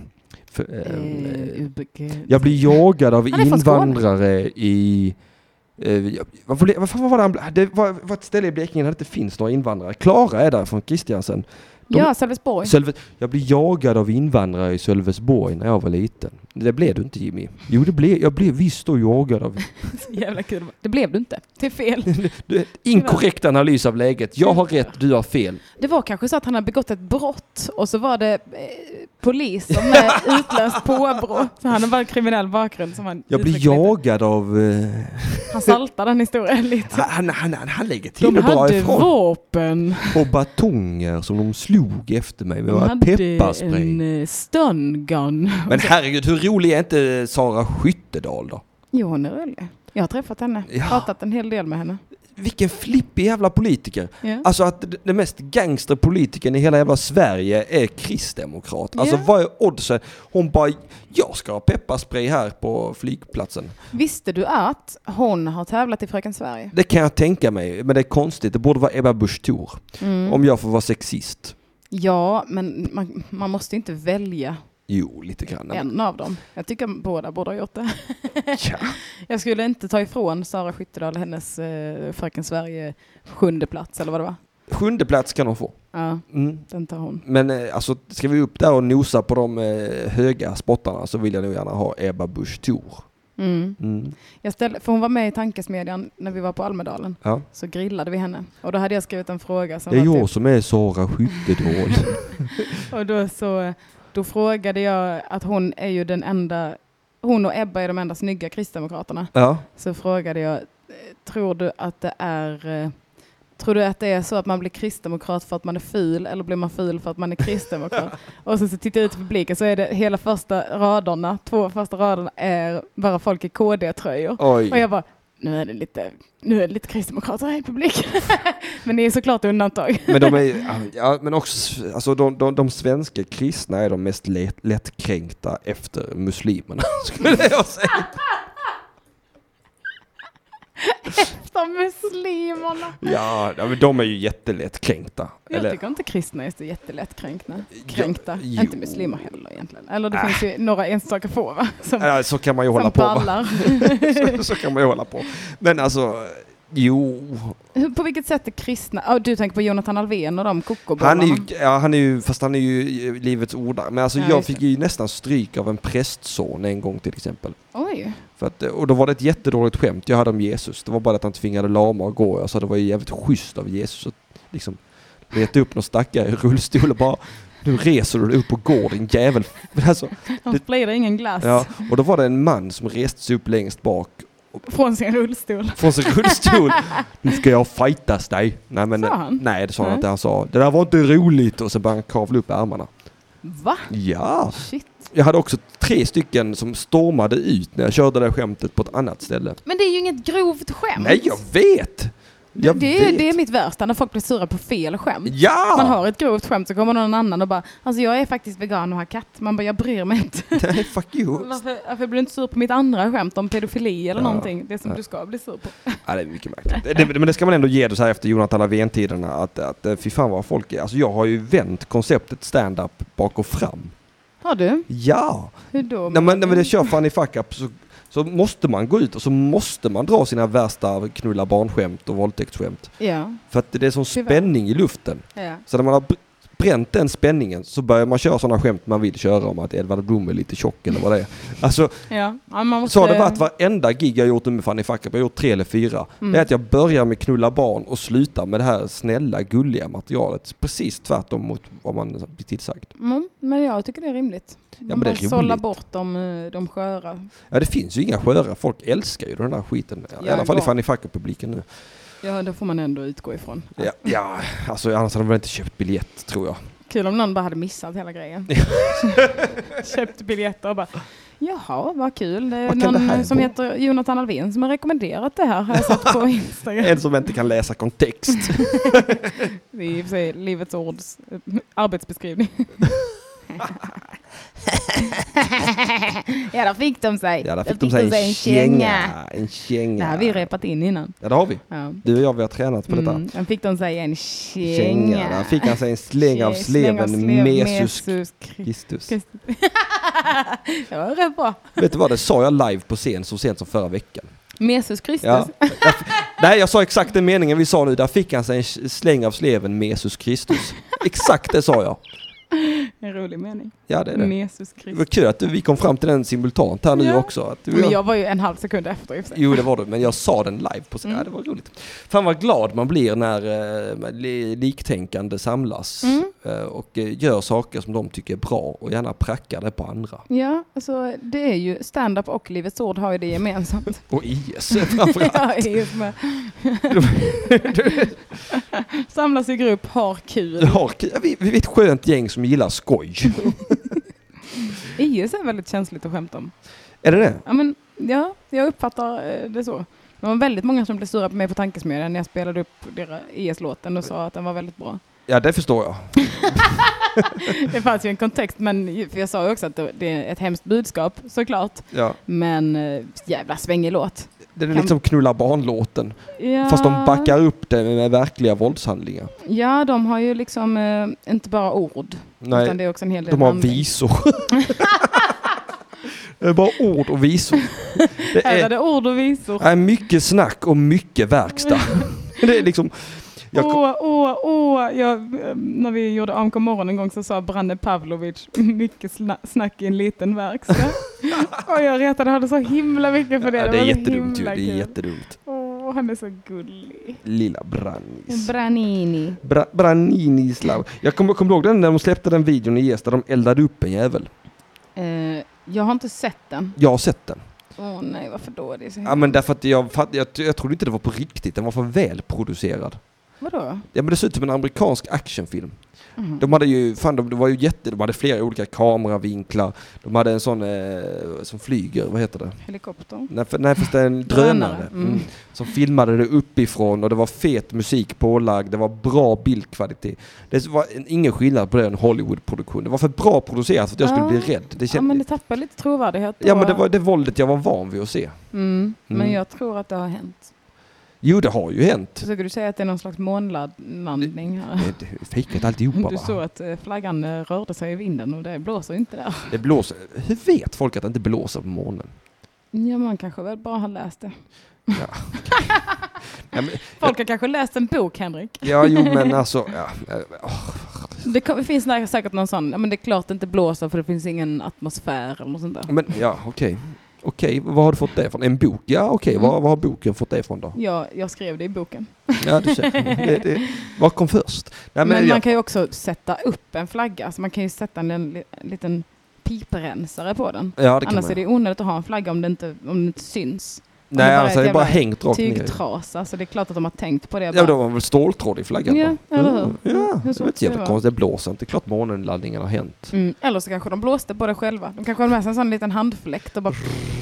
Jag blir jagad av invandrare i... vad var det var ett ställe i Blekinge där det inte finns några invandrare. Klara är där från Kristiansen. Sölvesborg. Jag blir jagad av invandrare i Sölvesborg när jag var liten. Det blev du inte, Jimmy. Jo, jag blev visst och jagad av... Jävla kul. Det blev du inte. Det är fel. Inkorrekt analys av läget. Jag har rätt, du har fel. Det var kanske så att han hade begått ett brott och så var det polis som med utlöst påbrott. Så han har bara en kriminell bakgrund. Som jag blir jagad av... Han saltar den historien lite. Han lägger till och drar ifrån. De hade vapen. Och batonger som de slog efter mig med pepparspray. De hade en stun gun. Men herregud, hur rolig är inte Sara Skyttedal då? Jo, hon är rolig. Jag har träffat henne. Pratat en hel del med henne. Vilken flippig jävla politiker. Yeah. Alltså att den mest gangsterpolitikern i hela jävla Sverige är kristdemokrat. Alltså vad är oddsen? Hon bara, jag ska ha pepparspray här på flygplatsen. Visste du att hon har tävlat i Fröken Sverige? Det kan jag tänka mig, men det är konstigt. Det borde vara Ebba Busch Thor. Om jag får vara sexist. Ja, men man måste inte välja. Jo, lite grann. En av dem. Jag tycker båda borde ha gjort det. Ja. Jag skulle inte ta ifrån Sara Skyttedal hennes Fröken Sverige 7:e plats, eller vad det var. 7:e plats kan hon få. Ja, den tar hon. Men alltså, ska vi upp där och nosa på de höga spottarna så vill jag nog gärna ha Ebba Busch Thor. För hon var med i Tankesmedjan när vi var på Almedalen. Ja. Så grillade vi henne. Och då hade jag skrivit en fråga. Som det är var jag som är Sara Skyttedal. Och då frågade jag att hon är ju den enda... Hon och Ebba är de enda snygga kristdemokraterna. Ja. Så frågade jag, tror du att det är så att man blir kristdemokrat för att man är ful, eller blir man ful för att man är kristdemokrat? Och så tittar jag ut i publiken, så är det hela två första raderna är bara folk i KD-tröjor. Oj. Och jag bara, nu är det lite kristdemokrater här i publiken. Men det är såklart undantag. Men de är, men också, alltså de svenska kristna är de mest lättkränkta efter muslimerna, skulle jag säga. Efter muslimerna. Ja, men de är ju jättelättkränkta. Jag tycker inte kristna är så jättelättkränkta. Inte muslimer heller egentligen. Eller det finns ju några enstaka få, va? Så kan man ju hålla på. Så kan man ju hålla på. Men alltså, jo. På vilket sätt är kristna? Du tänker på Jonathan Alfvén och de kokobollarna. Han är ju livets ordare. Men alltså jag fick ju nästan stryk av en prästson en gång till exempel. Oj. Och då var det ett jättedåligt skämt jag hade om Jesus. Det var bara att han tvingade lama och gå. Jag sa det var ju jävligt schysst av Jesus att liksom leta upp någon stackare i rullstol och bara, nu reser du upp och går, din jävel. Alltså, han blir ingen glass. Ja, och då var det en man som reste sig upp längst bak. Från sin rullstol. Nu ska jag fightas dig. Nej, det sa han inte. Han sa, det där var inte roligt. Och så började han kavla upp ärmarna. Va? Ja. Shit. Jag hade också 3 stycken som stormade ut när jag körde det skämtet på ett annat ställe. Men det är ju inget grovt skämt. Nej, jag vet! Det är mitt värsta när folk blir sura på fel skämt. Ja! Man har ett grovt skämt så kommer någon annan och bara alltså jag är faktiskt vegan och har katt. Man bara jag bryr mig inte. Nej, fuck you. Varför blir du inte sur på mitt andra skämt om pedofili eller någonting? Det som du ska bli sur på. Ja, det är mycket märkligt. Men det ska man ändå ge det så här efter Jonathan Alvén-tiderna att fy fan vad folk är. Alltså jag har ju vänt konceptet stand-up bak och fram. Har du? Ja! Hur då? När det kör Funny Fuck Up så måste man gå ut och så måste man dra sina värsta knulla barnskämt och våldtäktsskämt. Ja. För att det är sån spänning i luften. Ja. Så när man har bränt den spänningen så börjar man köra sådana skämt man vill köra om att Edvard Blom är lite tjock eller vad det är. Alltså, man måste... så har det varit varenda gig jag gjort med Funny Fuck Up. Jag har gjort 3 eller 4. Det är att jag börjar med knulla barn och slutar med det här snälla, gulliga materialet. Precis tvärtom mot vad man blir tillsagt. Men jag tycker det är rimligt. Ja, men det är roligt. Sålla bort de sköra. Ja, det finns ju inga sköra. Folk älskar ju den där skiten. I alla fall i Funny Fuck Up-publiken nu. Ja, då får man ändå utgå ifrån. Ja, alltså annars hade de väl inte köpt biljett, tror jag. Kul om någon bara hade missat hela grejen. Köpt biljetter och bara, jaha, vad kul. Det är någon som heter Jonathan Alvén som har rekommenderat det här. Har jag sett på Instagram. En som inte kan läsa kontext. Det är i och för sig Livets Ords arbetsbeskrivning. Ja, där fick de sig. Ja, där fick de sig en känga. Det har vi repat in innan. Ja, det har vi. Ja. Du och jag, vi har tränat på detta. Där fick de sig en känga. Där fick han sig en släng av sleven Jesus Kristus. Det var rätt bra. Vet du vad, det sa jag live på scen så sent som förra veckan. Jesus Kristus. Ja. Nej, jag sa exakt den meningen vi sa nu. Där fick han sig en släng av sleven Jesus Kristus. Exakt det sa jag. En rolig mening. Ja, det är det. Jesus Kristus. Det var kul att vi kom fram till den simultant här nu också. Att men jag var ju en halv sekund efter. Jo, det var du. Men jag sa den live på scen. Ja, det var roligt. Fan vad glad man blir när liktänkande samlas och gör saker som de tycker är bra och gärna prackar det på andra. Ja, alltså det är ju stand-up och Livets Ord har ju det gemensamt. Och IS framförallt. Ja, IS med. Samlas i grupp, har kul. Vi är ett skönt gäng som gillar skoj. IS är väldigt känsligt att skämta om. Är det det? Ja, men jag uppfattar det så. Det var väldigt många som blev sura på mig på Tankesmedjan när jag spelade upp deras IS-låten och sa att den var väldigt bra. Ja, det förstår jag. Det fanns ju en kontext, men för jag sa ju också att det är ett hemskt budskap, såklart. Ja. Men jävla svängig låt. Det är liksom knulla barnlåten. Ja. Fast de backar upp det med verkliga våldshandlingar. Ja, de har ju liksom inte bara ord. Nej, utan det är också en hel del de har handling. visor. Det är bara ord och visor. Det är det ord och visor. Det är mycket snack och mycket verkstad. Det är liksom... När vi gjorde AMK morgon en gång så sa Branne Pavlovic mycket snack i en liten verkstad. Och jag hade så himla mycket för det. Ja, det är jättedumt ju. Det är jättedumt. Han är så gullig. Lilla Brannis. Branini. Branislav. Jag kommer ihåg den när de släppte den videon i IS där de eldade upp en jävel. Jag har inte sett den. Jag har sett den. Nej, varför då? Det är så ja, men därför att jag trodde inte det var på riktigt. Den var för välproducerad. Vadå? Ja, men det ser ut som en amerikansk actionfilm. De hade ju, de hade flera olika kameravinklar. De hade en sån som flyger, vad heter det? Helikopter? Nej, fast det är en drönare. Som filmade det uppifrån och det var fet musik pålagd. Det var bra bildkvalitet. Det var ingen skillnad på den Hollywood-produktion. Det var för bra producerat för att jag skulle bli rädd. Ja, men det tappar lite trovärdighet. Ja, men det var det våldet jag var van vid att se. Men jag tror att det har hänt. Jo, det har ju hänt. Så skulle du säga att det är någon slags månlandning här? Det är fejkat alltihopa. Du såg att flaggan rörde sig i vinden och det blåser inte där. Det blåser. Hur vet folk att det inte blåser på månen? Ja, man kanske väl bara har läst det. Ja, okay. Ja, men, folk har kanske läst en bok, Henrik. Ja, jo, men alltså... Ja, Det finns säkert någon sån... Ja, men det är klart det inte blåser för det finns ingen atmosfär eller något sånt där. Men ja, okej. Okej, vad har du fått det från? En bok? Ja, okej. Vad har boken fått det från då? Ja, jag skrev det i boken. Ja, du ser. Vad kom först? Nej, men man kan ju också sätta upp en flagga. Så man kan ju sätta en liten piprensare på den. Ja, det kan annars man. är det onödigt att ha en flagga om det inte syns. Nej, alltså det är bara hängt rakt ner. Tygtras, alltså det är klart att de har tänkt på det. Ja, de har väl ståltråd i flaggan. Ja, eller hur? Ja, det är inte jävla konstigt. Det blåser inte. Det är klart månlandningen har hänt. Eller så kanske de blåste på det själva. De kanske har med sig en sån liten handfläkt och bara...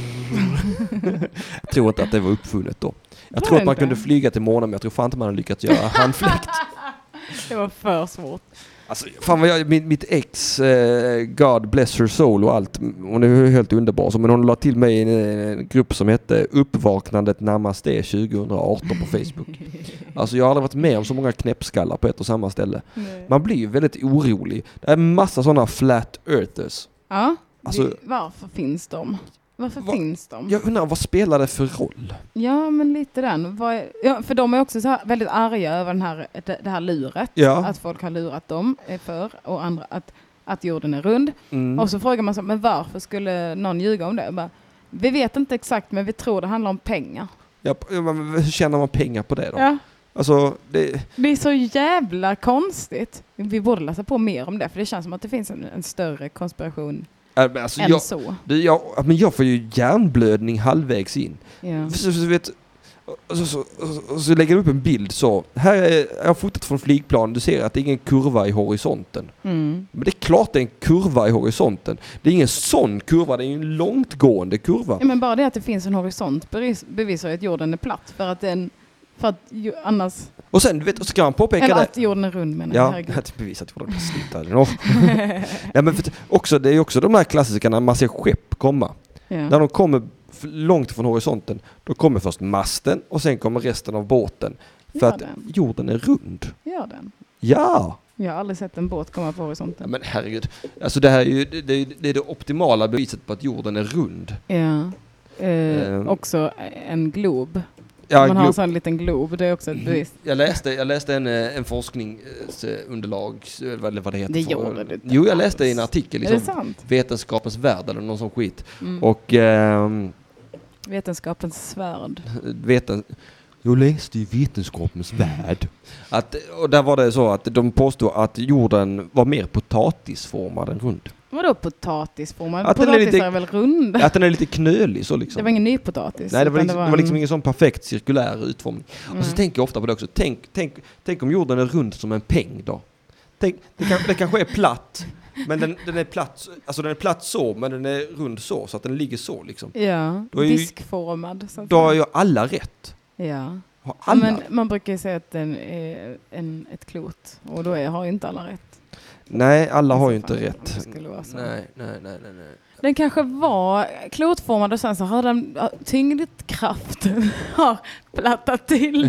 Jag tror inte att det var uppfunnet då. Jag tror att man kunde flyga till månen, men jag tror fan inte man hade lyckats göra handfläkt. Det var för svårt. Alltså, fan vad mitt ex, God bless her soul och allt, hon är helt underbar, men hon la till mig i en grupp som hette Uppvaknandet Namaste 2018 på Facebook. Alltså jag har aldrig varit med om så många knäppskallar på ett och samma ställe. Nej. Man blir ju väldigt orolig. Det är en massa sådana flat earthers. Ja, alltså, varför finns de? Varför finns de? Jag undrar, vad spelar det för roll? Ja, men lite den. För de är också så här väldigt arga över det här luret. Ja. Att folk har lurat dem och andra att jorden är rund. Och så frågar man sig, men varför skulle någon ljuga om det? Vi vet inte exakt, men vi tror det handlar om pengar. Ja, men hur tjänar man pengar på det då? Ja. Alltså, det är så jävla konstigt. Vi borde läsa på mer om det, för det känns som att det finns en större konspiration. Alltså jag får ju hjärnblödning halvvägs in. Ja. Så lägger jag upp en bild så. Här är jag fotat från flygplan. Du ser att det är ingen kurva i horisonten. Men det är klart det är en kurva i horisonten. Det är ingen sån kurva, det är en långtgående kurva. Ja, men bara det att det finns en horisont bevisar att jorden är platt. För att annars... Och sen så ska man påpeka eller det. att jorden är rund, menar jag. Ja, att bevisa att jorden är slutad. Ja, men det är också de här klassikerna när man ser skepp komma. Ja. När de kommer långt från horisonten, då kommer först masten och sen kommer resten av båten. För att jorden är rund. Gör den? Ja! Jag har aldrig sett en båt komma på horisonten. Ja, men herregud. Alltså det här är ju det är det optimala beviset på att jorden är rund. Ja. Också en glob. Ja, man har en sån liten glob, det är också ett bevis. Jag läste en forskningsunderlag, eller vad det heter. Det gjorde du inte. Jo, jag läste i en artikel. Liksom, är det sant? Vetenskapens värld eller någon sån skit. Och... Vetenskapens svärd. Jag läste i Vetenskapens värld. Och där var det så att de påstod att jorden var mer potatisformad än rund. Vadå potatisformad? Potatis är väl rund? Att den är lite knölig så liksom. Det var ingen ny potatis. Nej, det var liksom ingen sån perfekt cirkulär utformning. Och så tänker jag ofta på det också. Tänk om jorden är rund som en peng då. Det kanske är platt. Men den är platt, alltså den är platt så, men den är rund så att den ligger så liksom. Ja, diskformad. Då har ju alla rätt. Ja. Men man brukar ju säga att den är ett klot, och då har ju inte alla rätt. Nej, alla har ju inte rätt. Nej. Den kanske var klotformad och sen så har den tyngdkraften har plattat till.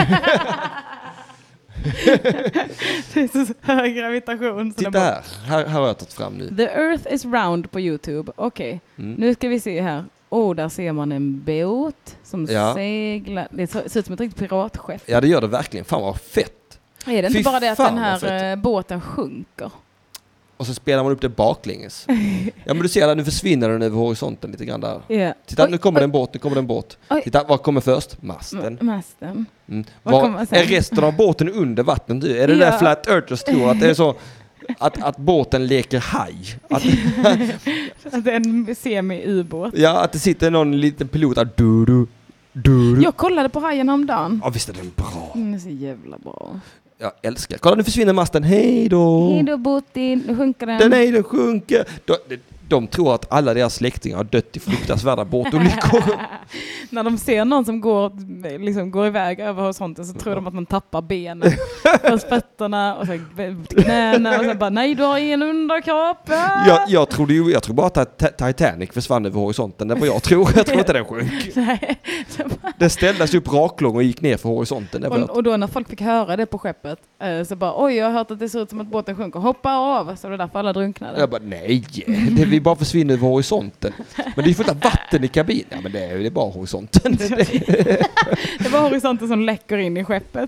Det är så hög gravitation. Så titta här har jag tagit fram nu. The Earth is round på YouTube. Okej, nu ska vi se här. Där ser man en båt som seglar. Det ser ut som ett riktigt piratskepp. Ja, det gör det verkligen. Fan vad fett. Är det inte bara det att den här båten sjunker? Och så spelar man upp det baklänges. Ja, men du ser att nu försvinner den över horisonten lite grann där. Yeah. Titta, nu kommer det en båt. Titta, vad kommer först? Masten. Är resten av båten under vattnet? Är det där Flat Earthers tror att det är så att båten leker haj? Att det är en semi-ubåt. Ja, att det sitter någon liten pilot där. Jag kollade på hajen om dagen. Ja, visst är den bra. Den är så jävla bra. Jag älskar. Kolla, nu försvinner masten. Hej då. Hej då, båten. Nu sjunker den. Den sjunker. De tror att alla deras släktingar har dött i fruktansvärda båtolyckor. När de ser någon som går iväg över horisonten så tror de att man tappar benen. Först fötterna och sen knäna och sen bara, nej, du har ingen underkropp. Jag tror bara att Titanic försvann över horisonten. Det var jag tror inte den sjönk. Nej. Det ställdes upp raklång och gick ner för horisonten. Och då när folk fick höra det på skeppet så bara, oj, jag har hört att det ser ut som att båten sjunker. Hoppa av. Så det är därför alla drunknade. Jag bara, nej, vi bara försvinner över horisonten. Men det är fullt av vatten i kabinen. Ja, men det är bara horisonten. Det var horisonten som läcker in i skeppet.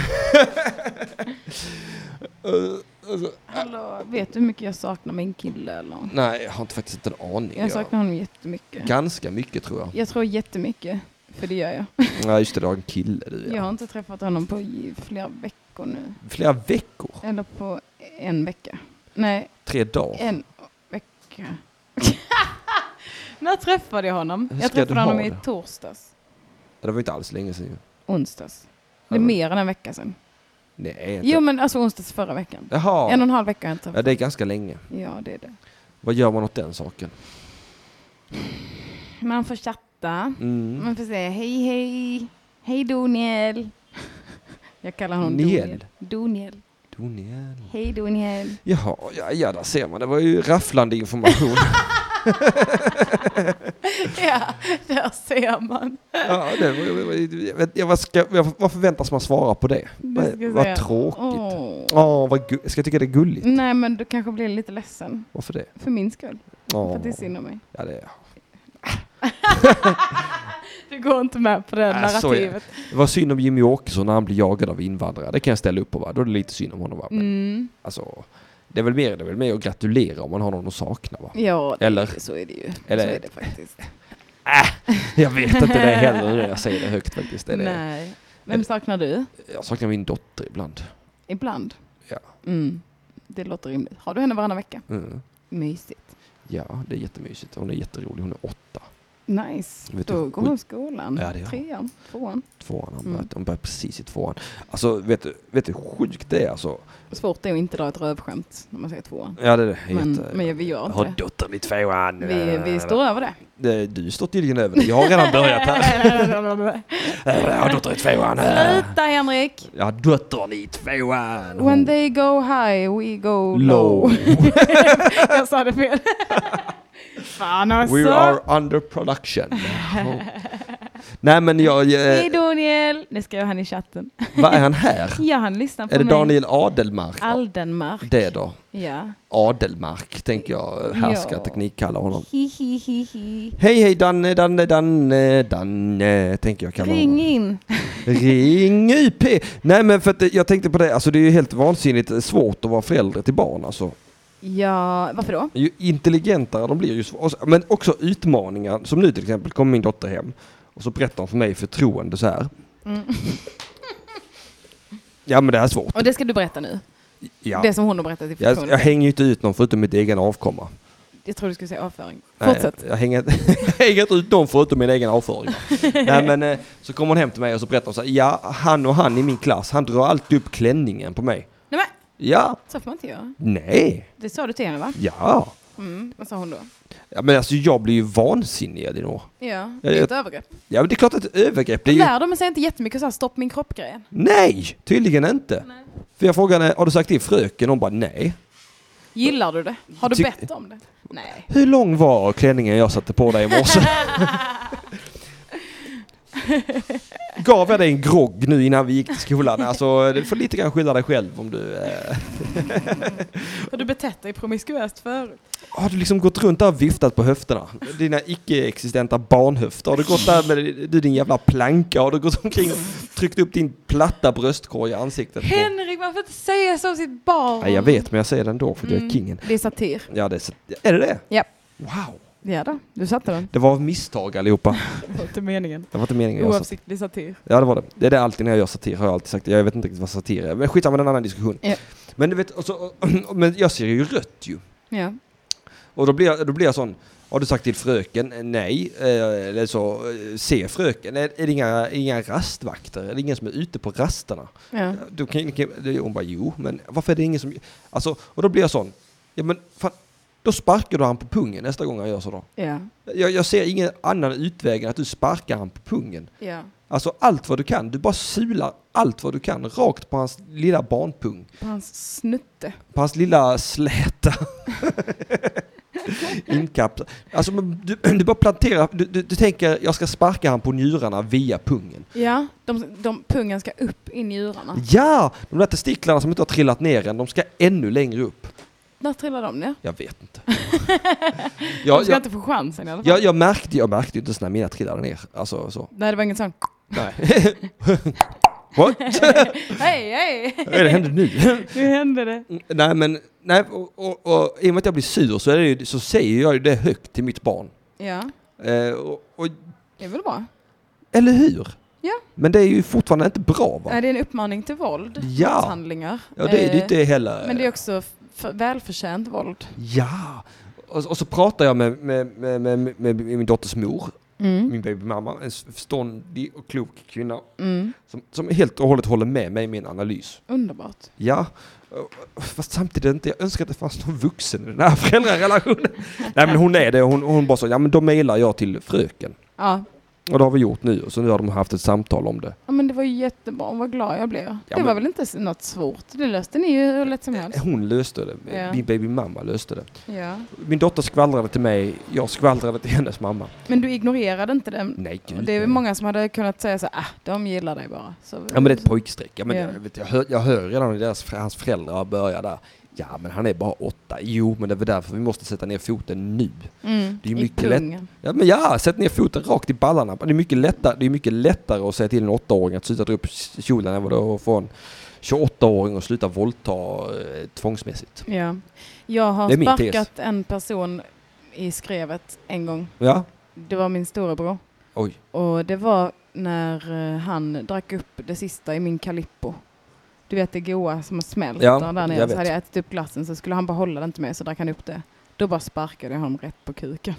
Hallå, vet du hur mycket jag saknar min kille eller? Nej, jag har inte faktiskt en aning. Jag saknar honom jättemycket. Ganska mycket tror jag. Jag tror jättemycket, för det gör jag. Ja, just det, du har en kille du. Ja. Jag har inte träffat honom på flera veckor nu. Flera veckor? Eller på en vecka. Nej. 3 dagar? En vecka. När träffade jag honom? Jag träffade honom i torsdags. Det var inte alls länge sedan. Onsdags. Det är mer än en vecka sedan. Nej, inte. Jo, men alltså onsdags förra veckan. Jaha. 1,5 vecka har jag inte. Ja, det är ganska länge. Ja, det är det. Vad gör man åt den saken? Man får chatta. Man får säga hej, hej. Hej, Doniel. Jag kallar honom Doniel. Doniel. Hej, Doniel. Jaha, ja, där ser man. Det var ju rafflande information. Ja, där ser man. Ja, vad förväntas man svara på det? Vad tråkigt. Ska jag tycka det är gulligt? Nej, men du kanske blir lite ledsen. Varför det? För min skull. För att det är synd om mig. Ja, det är. Du går inte med på det narrativet. Det var synd om Jimmy Åkesson när han blir jagad av invandrare. Det kan jag ställa upp på, va? Då är det lite synd om honom, va? Men, alltså, det är väl mer att gratulera om man har någon att sakna, va? Ja, eller? Så är det ju. Eller? Så är det faktiskt. Jag vet inte det heller när jag säger det högt faktiskt. Det är nej. Vem saknar du? Jag saknar min dotter ibland. Ibland? Ja. Det låter rimligt. Har du henne varannan vecka? Mysigt. Ja, det är jättemysigt. Hon är jätterolig. Hon är 8. Nice. Då går hon skolan. Ja, det gör. 3:an, 2:an. 2:an. Hon börjar precis i 2:an. Alltså, vet du hur sjukt det är? Alltså. Svårt det är att inte dra ett rövskämt när man säger 2:an. Ja, det är det. Men vi gör inte har dottern i 2:an. Vi står över det. Du står tydligen över det. Jag har redan börjat här. Jag har dottern i 2:an. Sluta, Henrik. Jag har dottern i 2:an. When they go high, we go low. Jag sa det fel. Fan alltså. We are under production. Nej, men hej, Daniel. Nu ska jag han i chatten. Vad är han här? Ja, han lyssnar på mig. Är det mig. Daniel Adelmark? Aldenmark. Det då? Ja. Adelmark, tänker jag. Härskarteknik kallar honom. Hi. Hej, Danne, tänker jag kalla honom. Ring in. Ring UP. Nej, men för att jag tänkte på det. Alltså, det är ju helt vansinnigt svårt att vara förälder till barn, alltså. Ja, varför då? Ju intelligentare de blir, men också utmaningar. Som nu till exempel kom min dotter hem och så berättar hon för mig förtroende så här. Ja, men det är svårt. Och det ska du berätta nu? Ja. Det som hon har berättat i förtroende? Jag hänger ju inte ut någon förutom mitt egen avkomma. Jag tror du skulle säga avföring. Fortsätt. Nej, jag hänger inte ut någon förutom min egen avföring. Nej, men så kommer hon hem till mig och så berättar hon så här. Ja, han i min klass, han drar alltid upp klänningen på mig. Nej, men. Ja. Så får man inte göra. Nej. Det sa du till henne, va? Ja. Vad sa hon då? Ja, men alltså jag blir ju vansinnig, Elinor. Ja, det är ett övergrepp. Ja, men det är klart att det är ett övergrepp. Lär de sig inte jättemycket så här, stopp min kropp-grejen? Nej, tydligen inte. Nej. För jag frågade, har du sagt till fröken? Hon bara, nej. Gillar du det? Har du bett om det? Nej. Hur lång var klänningen jag satte på dig i morse? Gav jag dig en grogg nu innan vi gick till skolan? Alltså, du får lite grann skylla dig själv om du... Har du betett dig promiskuöst förut? Har du liksom gått runt där och viftat på höfterna? Dina icke-existenta barnhöfter. Har du gått där med din jävla planka? Har du gått omkring och tryckt upp din platta bröstkorg i ansiktet? Henrik, varför inte säga så sitt barn? Nej, jag vet, men jag säger det ändå för jag är kingen. Det är satir. Ja, är det det? Ja. Wow. Ja då, du satte den. Det var misstag allihopa. Det var inte meningen. Det var inte meningen. Oavsiktlig satir. Ja, det var det. Det är det alltid när jag gör satir, har jag alltid sagt. Jag vet inte riktigt vad satir är. Men skit med en annan diskussion. Ja. Men du vet, men jag ser ju rött ju. Ja. Och då blir jag sån, har du sagt till fröken? Nej. Eller så, se fröken. Är det inga rastvakter? Är det ingen som är ute på rasterna? Ja. Hon bara, jo, men varför är det ingen som... Alltså, och då blir jag sån, ja men fan, då sparkar du han på pungen nästa gång han gör så då. Ja. Jag ser ingen annan utväg än att du sparkar han på pungen. Ja. Alltså allt vad du kan. Du bara sular allt vad du kan. Rakt på hans lilla barnpung. På hans snutte. På hans lilla släta. Inkapsel. Alltså du bara planterar. Du tänker jag ska sparka han på njurarna via pungen. Ja, pungen ska upp i njurarna. Ja, de där testiklarna som inte har trillat ner än, de ska ännu längre upp. När trillar de ner? Jag vet inte. De ska inte få chansen i alla fall. Jag märkte ju inte när mina trillade ner. Alltså så. Nej, det var ingen sån. Nej. What? Hej! Det hände nu. Nu hände det. Nej, och i och med att jag blir sur så säger jag ju det högt till mitt barn. Ja. Och det är väl bra? Eller hur? Ja. Men det är ju fortfarande inte bra, va? Nej, det är en uppmaning till våld. Ja. Våldshandlingar. Ja, det är inte heller. Men det är också välförtjänt våld. Ja. Och så pratar jag med min dotters mor. Min babymamma, en förståndig och klok kvinna som helt och hållet håller med mig i min analys. Underbart. Ja, fast samtidigt inte, jag önskar att det fanns någon vuxen i den här föräldrarelationen. Nej, men hon är det. Hon bara så, ja men då mejlar jag till fröken. Ja. Och det har vi gjort nu, och så nu har de haft ett samtal om det. Ja, men det var ju jättebra, vad glad jag blev. Ja, det var väl inte något svårt, det löste ni ju hur lätt som helst. Hon löste det, min babymamma löste det. Ja. Min dotter skvallrade till mig, jag skvallrade till hennes mamma. Men du ignorerade inte dem? Nej, gud. Och det är väl många som hade kunnat säga så de gillar dig bara. Så, ja, men det är ett pojkstreck. Ja, men jag hör redan när hans föräldrar börjar där. Ja, men han är bara 8. Jo, men det är väl därför vi måste sätta ner foten nu. Det är ju mycket lätt. Ja, sätt ner foten rakt i ballarna. Det är mycket lättare att säga till en 8-åring att sluta dra upp kjolen än vad det är att få en 28-åring och sluta våldta tvångsmässigt. Ja. Jag har sparkat en person i skrevet en gång. Ja. Det var min storebror. Oj. Och det var när han drack upp det sista i min Calippo. Du vet det goa som har smält där nere. Så hade jag ätit upp glassen, så skulle han bara hålla det inte med, så drack han upp det. Då bara sparkade jag honom rätt på kuken.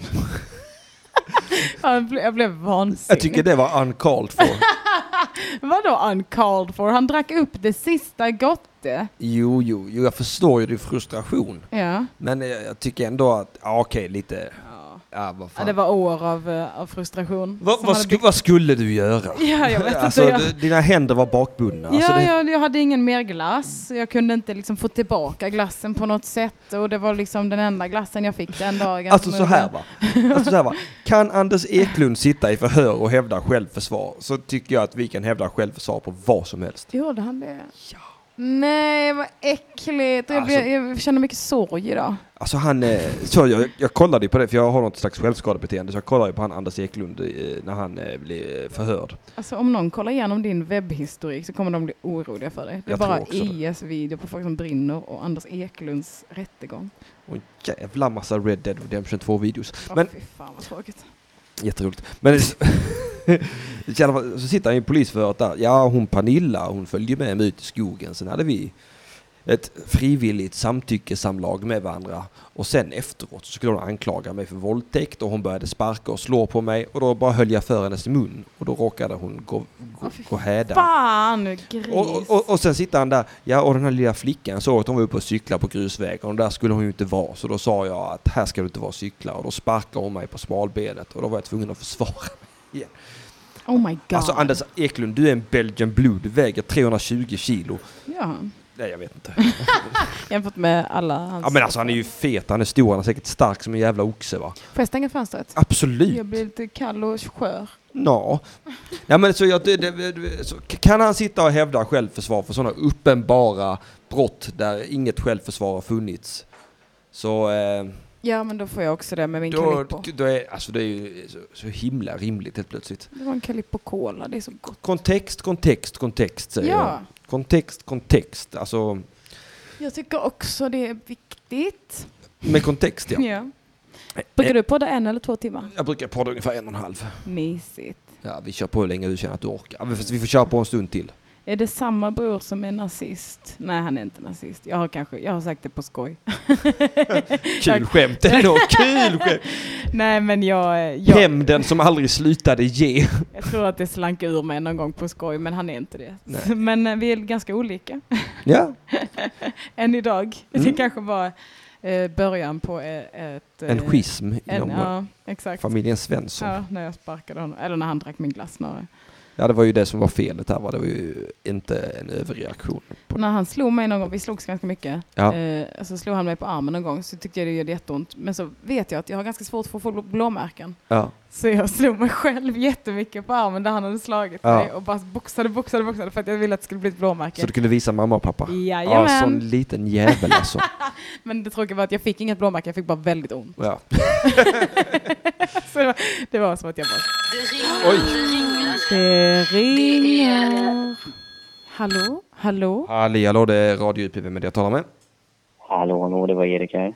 Jag blev vansinnig. Jag tycker det var uncalled for. Vadå uncalled for? Han drack upp det sista gotte. Jo, jag förstår ju din frustration. Ja. Men jag tycker ändå att, okej, lite... Ja, vad fan. Ja, det var år av frustration. Vad skulle du göra? Ja, jag vet alltså, inte. Dina händer var bakbundna. Ja, alltså jag hade ingen mer glass. Jag kunde inte liksom få tillbaka glassen på något sätt. Och det var liksom den enda glassen jag fick den dagen. Alltså så här va. Kan Anders Eklund sitta i förhör och hävda självförsvar, så tycker jag att vi kan hävda självförsvar på vad som helst. Gjorde han det? Ja. Nej, vad äckligt. Jag känner mycket sorg idag. Alltså jag kollade på det, för jag har något slags självskadebeteende, så jag kollade på han Anders Eklund när han blev förhörd. Alltså om någon kollar igenom din webbhistorik så kommer de bli oroliga för dig. Det är bara IS-video på folk som brinner och Anders Eklunds rättegång. Och en jävla massa Red Dead Redemption 2-videos. Men fy fan vad tråkigt. Jätteroligt. Men så sitter han i polisförhöret där. Ja, hon Pernilla, hon följde med mig ut i skogen. Sen hade vi ett frivilligt samtyckesamlag med varandra. Och sen efteråt så skulle hon anklaga mig för våldtäkt. Och hon började sparka och slå på mig. Och då bara höll jag för hennes mun. Och då råkade hon gå häda. Fan, gris! Och sen sitter han där. Ja, och den här lilla flickan såg att hon var uppe och cykla på grusvägen. Och där skulle hon ju inte vara. Så då sa jag att här ska du inte vara cykla. Och då sparkade hon mig på smalbenet. Och då var jag tvungen att försvara mig igen. Oh my god. Alltså Anders Eklund, du är en Belgian Blue. Du väger 320 kilo. Ja. Nej, jag vet inte. Jämfört med alla hans... Ja, men alltså han är ju fet, han är stor, han är säkert stark som en jävla oxe, va? Får jag stänga fönstret? Absolut. Jag blir lite kall och skör. Ja, men så, så kan han sitta och hävda självförsvar för sådana uppenbara brott där inget självförsvar har funnits. Så... ja, men då får jag också det med min Calippo. Det är ju så himla rimligt helt plötsligt. Det var en Calippo Cola, det är så gott. Kontext säger jag. Kontext, alltså... Jag tycker också det är viktigt. Med kontext, ja. Ja. Brukar du podda 1 eller 2 timmar? Jag brukar podda ungefär 1,5. Mysigt. Ja, vi kör på hur länge du känner att du orkar. Vi får köra på en stund till. Är det samma bror som är nazist? Nej, han är inte nazist. Jag har sagt det på skoj. Kul skämt ändå, kul skämt. Nej, men jag... Hämnden som aldrig slutade ge. Jag tror att det slank ur mig någon gång på skoj, men han är inte det. Nej. Men vi är ganska olika. Ja. Än idag. Det kanske var början på en schism inom familjen Svensson. Ja, när jag sparkade honom. Eller när han drack min glass snarare. Ja, det var ju det som var felet här. Det var ju inte en överreaktion. När han slog mig någon gång, vi slogs ganska mycket. Ja. Så slog han mig på armen någon gång, så tyckte jag det gjorde jätteont. Men så vet jag att jag har ganska svårt för att få blåmärken. Ja. Så jag slog mig själv jättemycket på armen där han hade slagit mig. Och bara boxade för att jag ville att det skulle bli ett blåmärke. Så du kunde visa mamma och pappa? Jajamän. Ja, sån liten jävel alltså. Men det tråkiga var att jag fick inget blåmärke, jag fick bara väldigt ont. Ja. Så det var som att jag bara... Oj! Det ringer. Hallå? Hallå, det är Radio UP, vem är det jag talar med? Hallå, det var Erik här.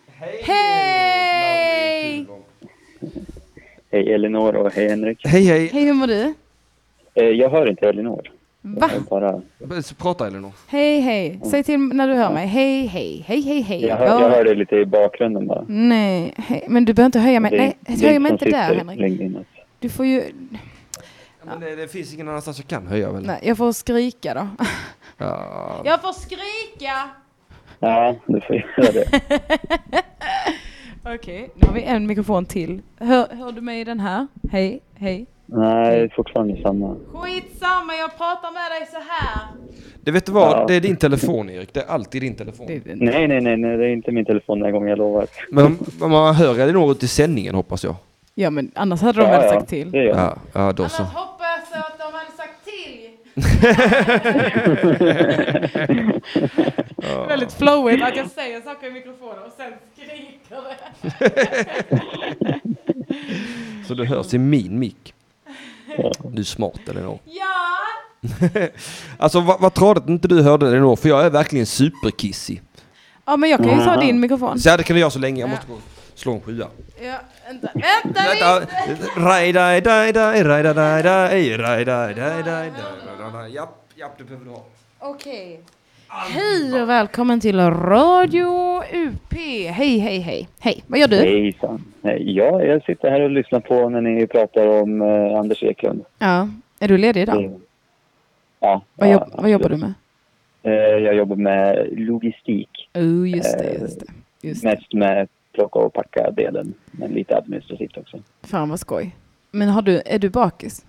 Hej! Hej Elinor och hej Henrik. Hej. Hej, hur mår du? Jag hör inte Elinor. Va? Prata Elinor. Hej. Säg till när du hör mig. Hej. Jag hör det lite i bakgrunden bara. Nej, hej. Men du behöver inte höja mig. Nej, höj mig inte där, Henrik. Du får ju... Men det finns ingen annanstans jag kan höja väl? Nej, jag får skrika då. Ja. Jag får skrika! Ja, du får göra det. Okej, nu har vi en mikrofon till. Hör du mig i den här? Hej. Nej, fortfarande samma. Skitsamma, jag pratar med dig så här. Det vet du vad, det är din telefon, Erik. Det är alltid din telefon. Nej, det är inte min telefon den här gången, jag lovar. Men man hör det något i sändningen, hoppas jag. Ja, men annars hade de väl sagt till. Det gör Ja, då så. Annars hoppas jag att de hade sagt till. Väldigt flowigt att jag säger saker i mikrofonen och sen skriker det. Så det hörs i min mick. Du är smart, Elinor. Ja! Alltså, vad trådigt inte du hörde, Elinor? För jag är verkligen superkissig. Ja, men jag kan ju ta din mikrofon. Så det kan du göra så länge. Jag måste gå slå en 7. Ja, vänta lite! Japp, det behöver du ha. Okej. Hej och välkommen till Radio UP. Hej. Hej, vad gör du? Hejsan. Ja, jag sitter här och lyssnar på när ni pratar om Anders Eklund. Ja, är du ledig idag? Ja. Vad jobbar du med? Jag jobbar med logistik. Just det. Mest med plocka och packa delen, men lite administrativt också. Fan vad skoj. Men är du bakis?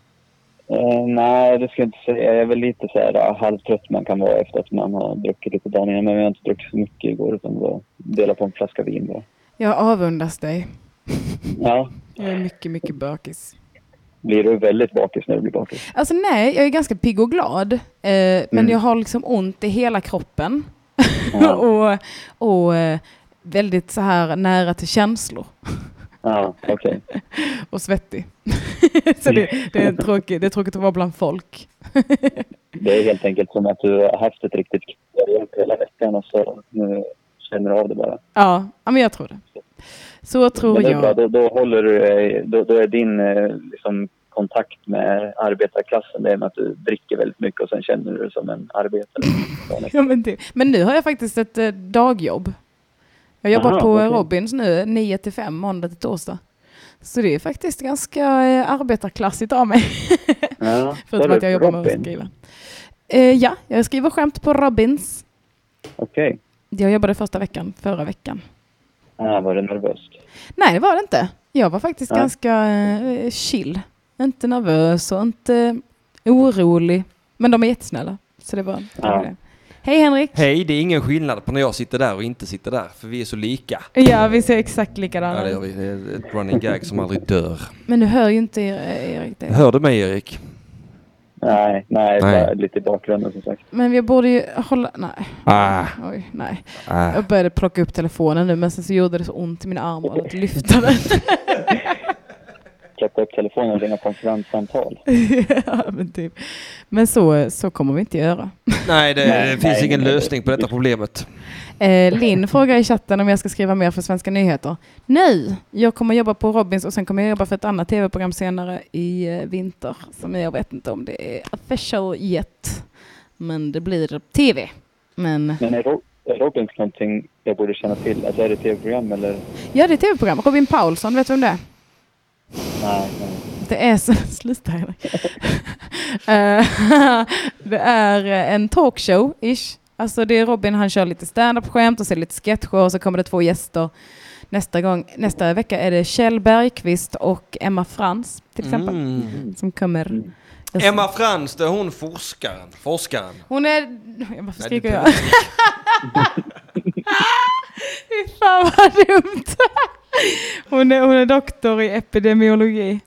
Nej, det ska jag inte säga. Jag är väl lite så här halvtrött man kan vara efter att man har druckit lite dagen innan. Men jag har inte druckit så mycket igår utan bara dela på en flaska vin bara. Jag avundas dig. Ja. Jag är mycket bakis. Blir du väldigt bakis när du blir bakis? Alltså nej, jag är ganska pigg och glad. Men jag har liksom ont i hela kroppen. Ja. och väldigt så här nära till känslor. Ja, okej. Och svettig. Så det är tråkigt att vara bland folk. Det är helt enkelt som att du har haft ett riktigt kul hela veckan och så nu känner du av det bara. Ja, men jag tror det. Så tror jag. Bra. Då håller du, då är din liksom, kontakt med arbetarklassen det är med att du dricker väldigt mycket och sen känner du dig som en arbetare. Ja, men nu har jag faktiskt ett dagjobb. Jag jobbar på Robins nu 9-5 måndag till torsdag. Så det är faktiskt ganska arbetarklassigt av mig. Ja, förutom att jag jobbar med att skriva. Ja, jag skriver skämt på Robins. Okej. Jag jobbade förra veckan. Var det nervöst? Nej, det var det inte. Jag var faktiskt ganska chill. Inte nervös och inte orolig. Men de är jättesnälla. Så det var det. Hej Henrik. Hej, det är ingen skillnad på när jag sitter där och inte sitter där. För vi är så lika. Ja, vi ser exakt likadana. Ja, det gör vi. Det är ett running gag som aldrig dör. Men du hör ju inte Erik. Det. Hör du mig, Erik? Nej. Bara lite i bakgrunden som sagt. Men vi borde ju hålla... Nej. Nej. Jag började plocka upp telefonen nu, men sen så gjorde det så ont i mina armar att lyfta den. Plocka upp telefonen och ringa konferenssamtal. Ja, men typ. Men så kommer vi inte göra. Nej, det finns ingen lösning på detta problemet. Linn frågar i chatten om jag ska skriva mer för Svenska nyheter. Nej, jag kommer jobba på Robins och sen kommer jag jobba för ett annat tv-program senare i vinter. Som jag vet inte om det är official yet. Men det blir tv. Men är Robins någonting jag borde känna till? Alltså är det tv-program eller? Ja, det är tv-program. Robin Paulsson, vet du om det är? Nej. Det är så... Sluta här. Det är en talkshow-ish. Alltså det är Robin, han kör lite stand-up-skämt och så lite sketcher och så kommer det 2 gäster. Nästa vecka är det Kjell Bergqvist och Emma Frans till exempel. Som kommer... Emma Frans, det är hon forskaren. Hon är... Varför skriker jag? Fy fan vad dumt. Hon är doktor i epidemiologi.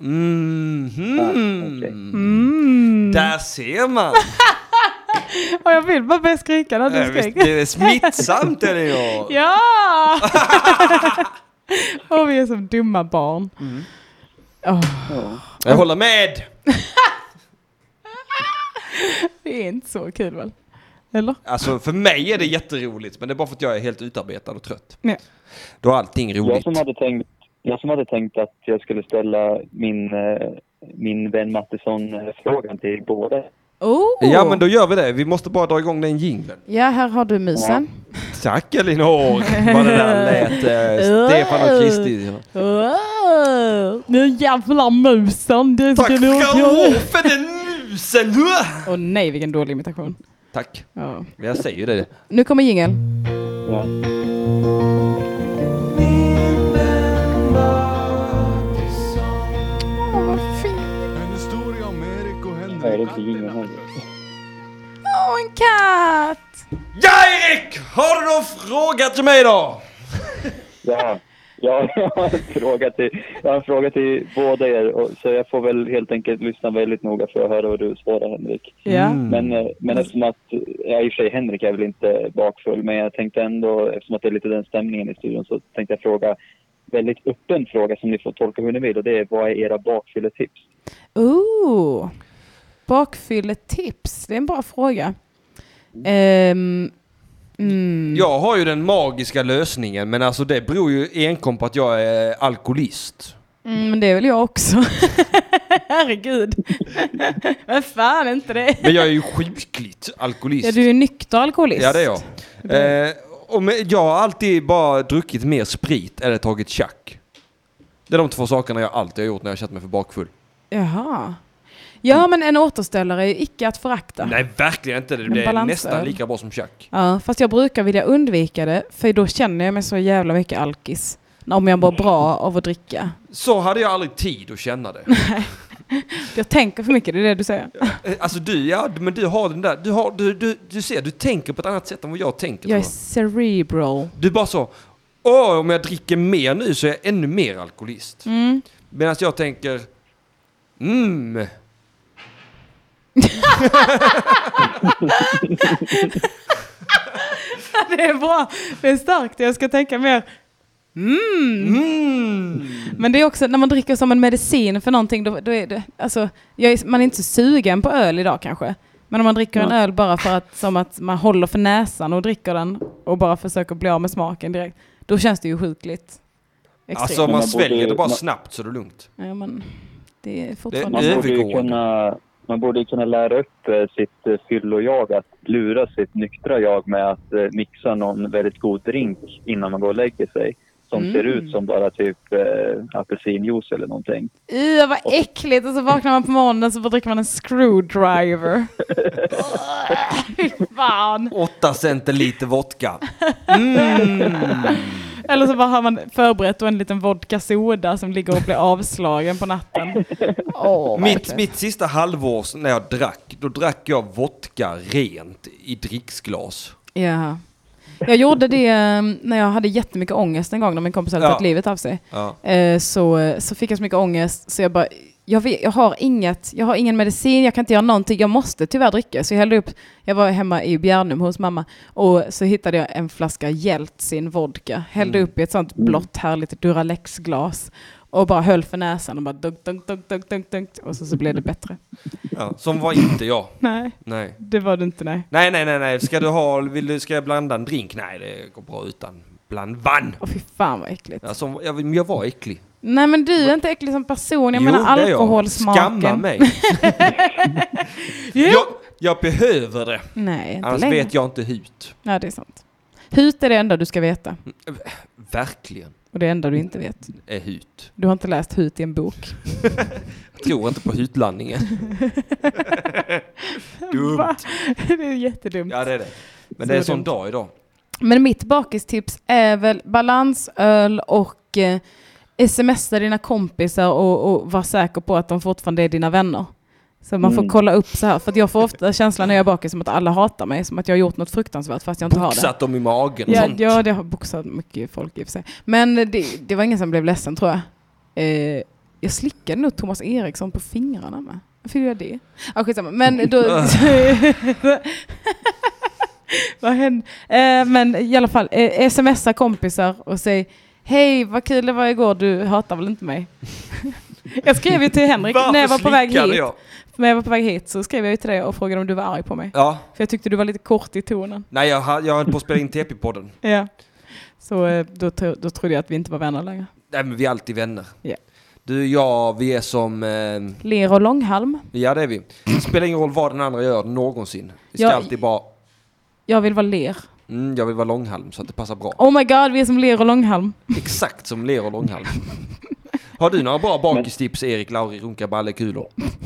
Där ser man. Och jag vill bara börja skrika när du skriker. Det är smittsamt, eller jag? Ja! Och vi är som dumma barn. Jag håller med. Det är inte så kul väl? Eller? Alltså för mig är det jätteroligt, men det är bara för att jag är helt utarbetad och trött. Ja. Då är allting roligt. Jag som hade tänkt att jag skulle ställa min vän Mattisson frågan till båda. Ja, men då gör vi det. Vi måste bara dra igång den jingeln. Ja, här har du musen. Tack Elinor. Vad det där lät. Stefan och Kristi. Nu jävla musen. Tack för den musen! Åh nej, vilken dålig imitation. Tack. Ja. Jag säger ju det. Nu kommer jingel. Ja. Åh, vad fint. Vad är det för jingel här? Åh, en katt. Ja, Erik! Har du någon fråga till mig då? Ja, jag har en fråga till båda er. Så jag får väl helt enkelt lyssna väldigt noga för att höra vad du svarar, Henrik. Ja. Men eftersom att, i och för sig Henrik är väl inte bakfull, men jag tänkte ändå, eftersom att det är lite den stämningen i studion, så tänkte jag fråga, väldigt öppen fråga som ni får tolka hur ni vill, och det är, vad är era bakfylletips? Bakfylletips, det är en bra fråga. Jag har ju den magiska lösningen, men alltså det beror ju enkom på att jag är alkoholist. Men det är väl jag också. Herregud. Men fan inte det. Men jag är ju sjukligt alkoholist. Ja, du är nykter alkoholist. Ja, det är jag. Jag har alltid bara druckit mer sprit eller tagit tjack. Det är de 2 sakerna jag alltid har gjort när jag har känt mig för bakfull. Jaha. Ja, men en återställare är ju icke att förakta. Nej, verkligen inte. Det är nästan lika bra som tjack. Ja, fast jag brukar vilja undvika det, för då känner jag mig så jävla mycket alkis. Om jag mår bra av att dricka. Så hade jag aldrig tid att känna det. Nej. Jag tänker för mycket, det är det du säger. Alltså men du har den där, du ser, du tänker på ett annat sätt än vad jag tänker. Jag är cerebral. Du bara så, om jag dricker mer nu så är jag ännu mer alkoholist. Medan jag tänker, Det är bra, det är starkt, jag ska tänka mer. Men det är också när man dricker som en medicin för någonting, då är det, alltså, man är inte så sugen på öl idag kanske. Men om man dricker en öl bara för att, som att man håller för näsan och dricker den och bara försöker bli av med smaken direkt, då känns det ju sjukligt. Extremt. Alltså man sväljer det bara snabbt så det är lugnt. Ja, men det är fortfarande... Man borde kunna lära upp sitt fyllo-jag att lura sitt nyktra jag med att mixa någon väldigt god drink innan man går och lägger sig. Som ser ut som bara typ apelsinjuice eller någonting. Vad äckligt! Och så vaknar man på morgonen och så dricker man en screwdriver. Fan! 8 centiliter vodka. Eller så bara har man förberett en liten vodka-soda som ligger och blir avslagen på natten. Mitt sista halvår när jag då drack jag vodka rent i dricksglas. Ja. Jag gjorde det när jag hade jättemycket ångest en gång när min kompis hade tagit livet av sig. Ja. Så fick jag så mycket ångest så jag bara, jag har ingen medicin, jag kan inte göra någonting, jag måste tyvärr dricka. Så jag hällde upp, jag var hemma i Bjärnum hos mamma och så hittade jag en flaska Jeltsin vodka. Hällde upp i ett sånt blått härligt Duralex-glas och bara höll för näsan och bara dunk och så blev det bättre. Ja, som var inte jag. Nej. Det var det inte, nej. Nej. Ska jag blanda en drink? Nej, det går bra utan bland vann. Fy fan vad äckligt. Ja, jag var äcklig. Nej, men du är inte äcklig som person. Jag menar alkoholsmaken. Skamma mig. Jag behöver det. Nej, inte annars längre. vet jag inte hut. Ja, det är sant. Hut är det enda du ska veta. Verkligen. Och det enda du inte vet. Är hut. Du har inte läst hut i en bok. Jag tror inte på hutlandningen. Dumt. Va? Det är jättedumt. Ja, det är det. Men det är en sån dag idag. Men mitt bakistips är väl balansöl och smsa dina kompisar och vara säker på att de fortfarande är dina vänner. Så man får kolla upp så här. För att jag får ofta känslan när jag är bakis som att alla hatar mig. Som att jag har gjort något fruktansvärt fast jag inte har det. Boxat dem i magen och sånt. Ja, det har boxat mycket folk i och för sig. Men det var ingen som blev ledsen, tror jag. Jag slickade nog Thomas Eriksson på fingrarna med. Varför gjorde jag det? Ja, skitsamma. Men då... Vad hände? Men i alla fall, smsa kompisar och säg: hej, vad kul det var igår, du hatar väl inte mig? Jag skrev ju till Henrik när jag var på väg hit. När jag var på väg hit så skrev jag ju till dig och frågade om du var arg på mig. Ja. För jag tyckte du var lite kort i tonen. Nej, jag höll på att spela in TP-podden. Ja. Så då trodde jag att vi inte var vänner längre. Nej, men vi är alltid vänner. Ja. Du och jag, vi är som... Ler och långhalm. Ja, det är vi. Det spelar ingen roll vad den andra gör någonsin. Vi ska alltid bara... Jag vill vara ler. Jag vill vara långhalm så att det passar bra. Oh my god, vi är som ler och långhalm. Exakt som ler och långhalm. Har du några bra bakistips, Erik Lauri Runka Ballekulor?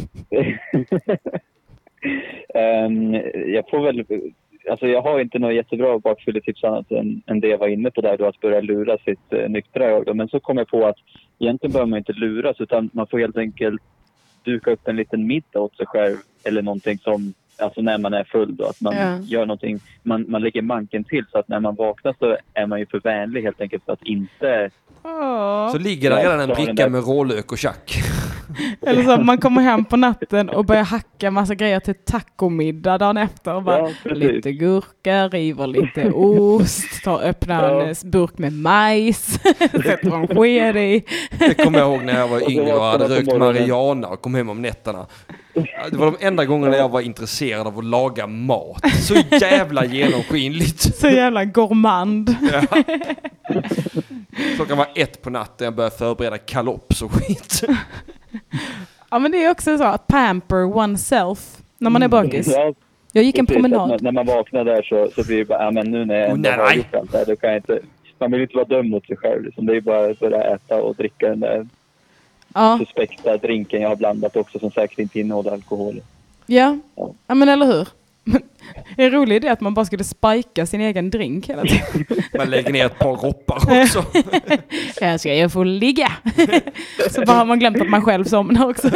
Jag får väl... Alltså jag har inte något jättebra bakfylletips annat än det jag var inne på där då, att börja lura sitt nyktra jag. Men så kom jag på att egentligen bör man inte luras, utan man får helt enkelt duka upp en liten middag åt sig själv eller någonting som, alltså när man är full då, att man gör någonting, man lägger manken till så att när man vaknar så är man ju för vänlig helt enkelt för att inte... Så ligger där redan en bricka med rålök och tjack. Eller så man kommer hem på natten och börjar hacka massa grejer till tacomiddag dagen efter och bara lite gurka, river lite ost, öppnar en burk med majs, sätter en sked i. Det kommer jag ihåg när jag var yngre och hade rökt marijuana och kom hem om nätterna. Det var de enda gångerna jag var intresserad av att laga mat. Så jävla genomskinligt. Så jävla gourmand. Ja. Klockan var 1 på natten jag började förbereda kalops och skit. Ja, men det är också så att pamper oneself när man är bakis. Ja, jag gick en promenad. När man vaknar där så blir det bara, men nu när jag ändå har gjort allt där, då kan jag inte... Man vill inte vara dum mot sig själv. Liksom. Det är bara att börja äta och dricka den där suspekta drinken jag har blandat också som säkert inte innehåller alkohol. Ja, men eller hur? Det är roligt det att man bara skulle spika sin egen drink hela tiden. Man lägger ner ett par roppar också. Jag ska ju få ligga. Så bara har man glömt att man själv somnar också.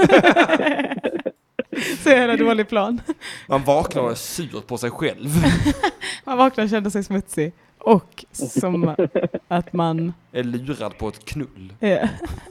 Så är det en dålig plan. Man vaknar och är sur på sig själv. Man vaknar och känner sig smutsig. Och som att man... är lurad på ett knull. Ja.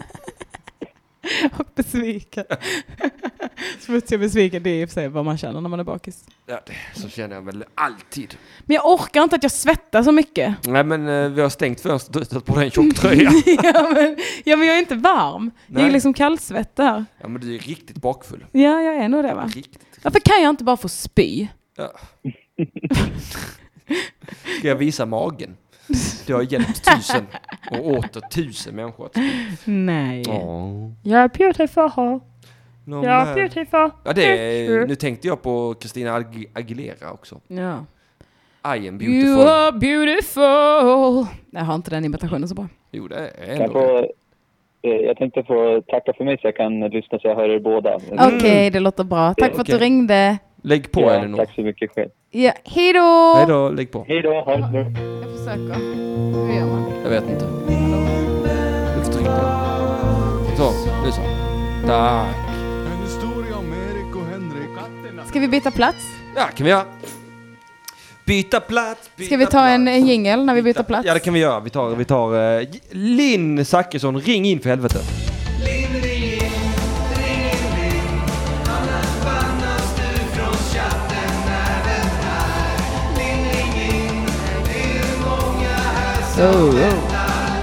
Och besviken. Smutsig och besviken, det är i och för sig vad man känner när man är bakis. Ja, så känner jag väl alltid. Men jag orkar inte att jag svettar så mycket. Nej, men vi har stängt fönstret på den tjocktröjan. ja, men jag är inte varm. Nej. Jag är liksom kallsvett där. Ja, men du är riktigt bakfull. Ja, jag är nog det, va? Riktigt. Varför kan jag inte bara få spy? Ja. Ska jag visa magen? Det har hjälpt 1000 och åter 1000 människor. Nej. Oh. You're beautiful. You're beautiful. Ja, nu tänkte jag på Christina Aguilera också. Ja. I am beautiful. You are beautiful. Jag har inte den imitationen så bra. Jo, det är ändå jag tänkte få tacka för mig så jag kan lyssna så jag hör er båda. Okej, det låter bra. Tack för att du ringde. Lägg på, Elinor. Tack så mycket själv. Ja, hej då! Hej då, lägg på. Hej då, ha det bra. Jag försöker. Hur gör man? Jag vet inte. Du får trycka. Så, nu så. Tack. Ska vi byta plats? Ja, kan vi göra. Byta plats. Ska vi ta en jingle när vi byter plats? Ja, det kan vi göra. Vi tar Linn Zachrisson, ring in för helvete. Linn, ring in. Annars bannas du från chatten även här. Linn, ring in. Det är många här som väntar.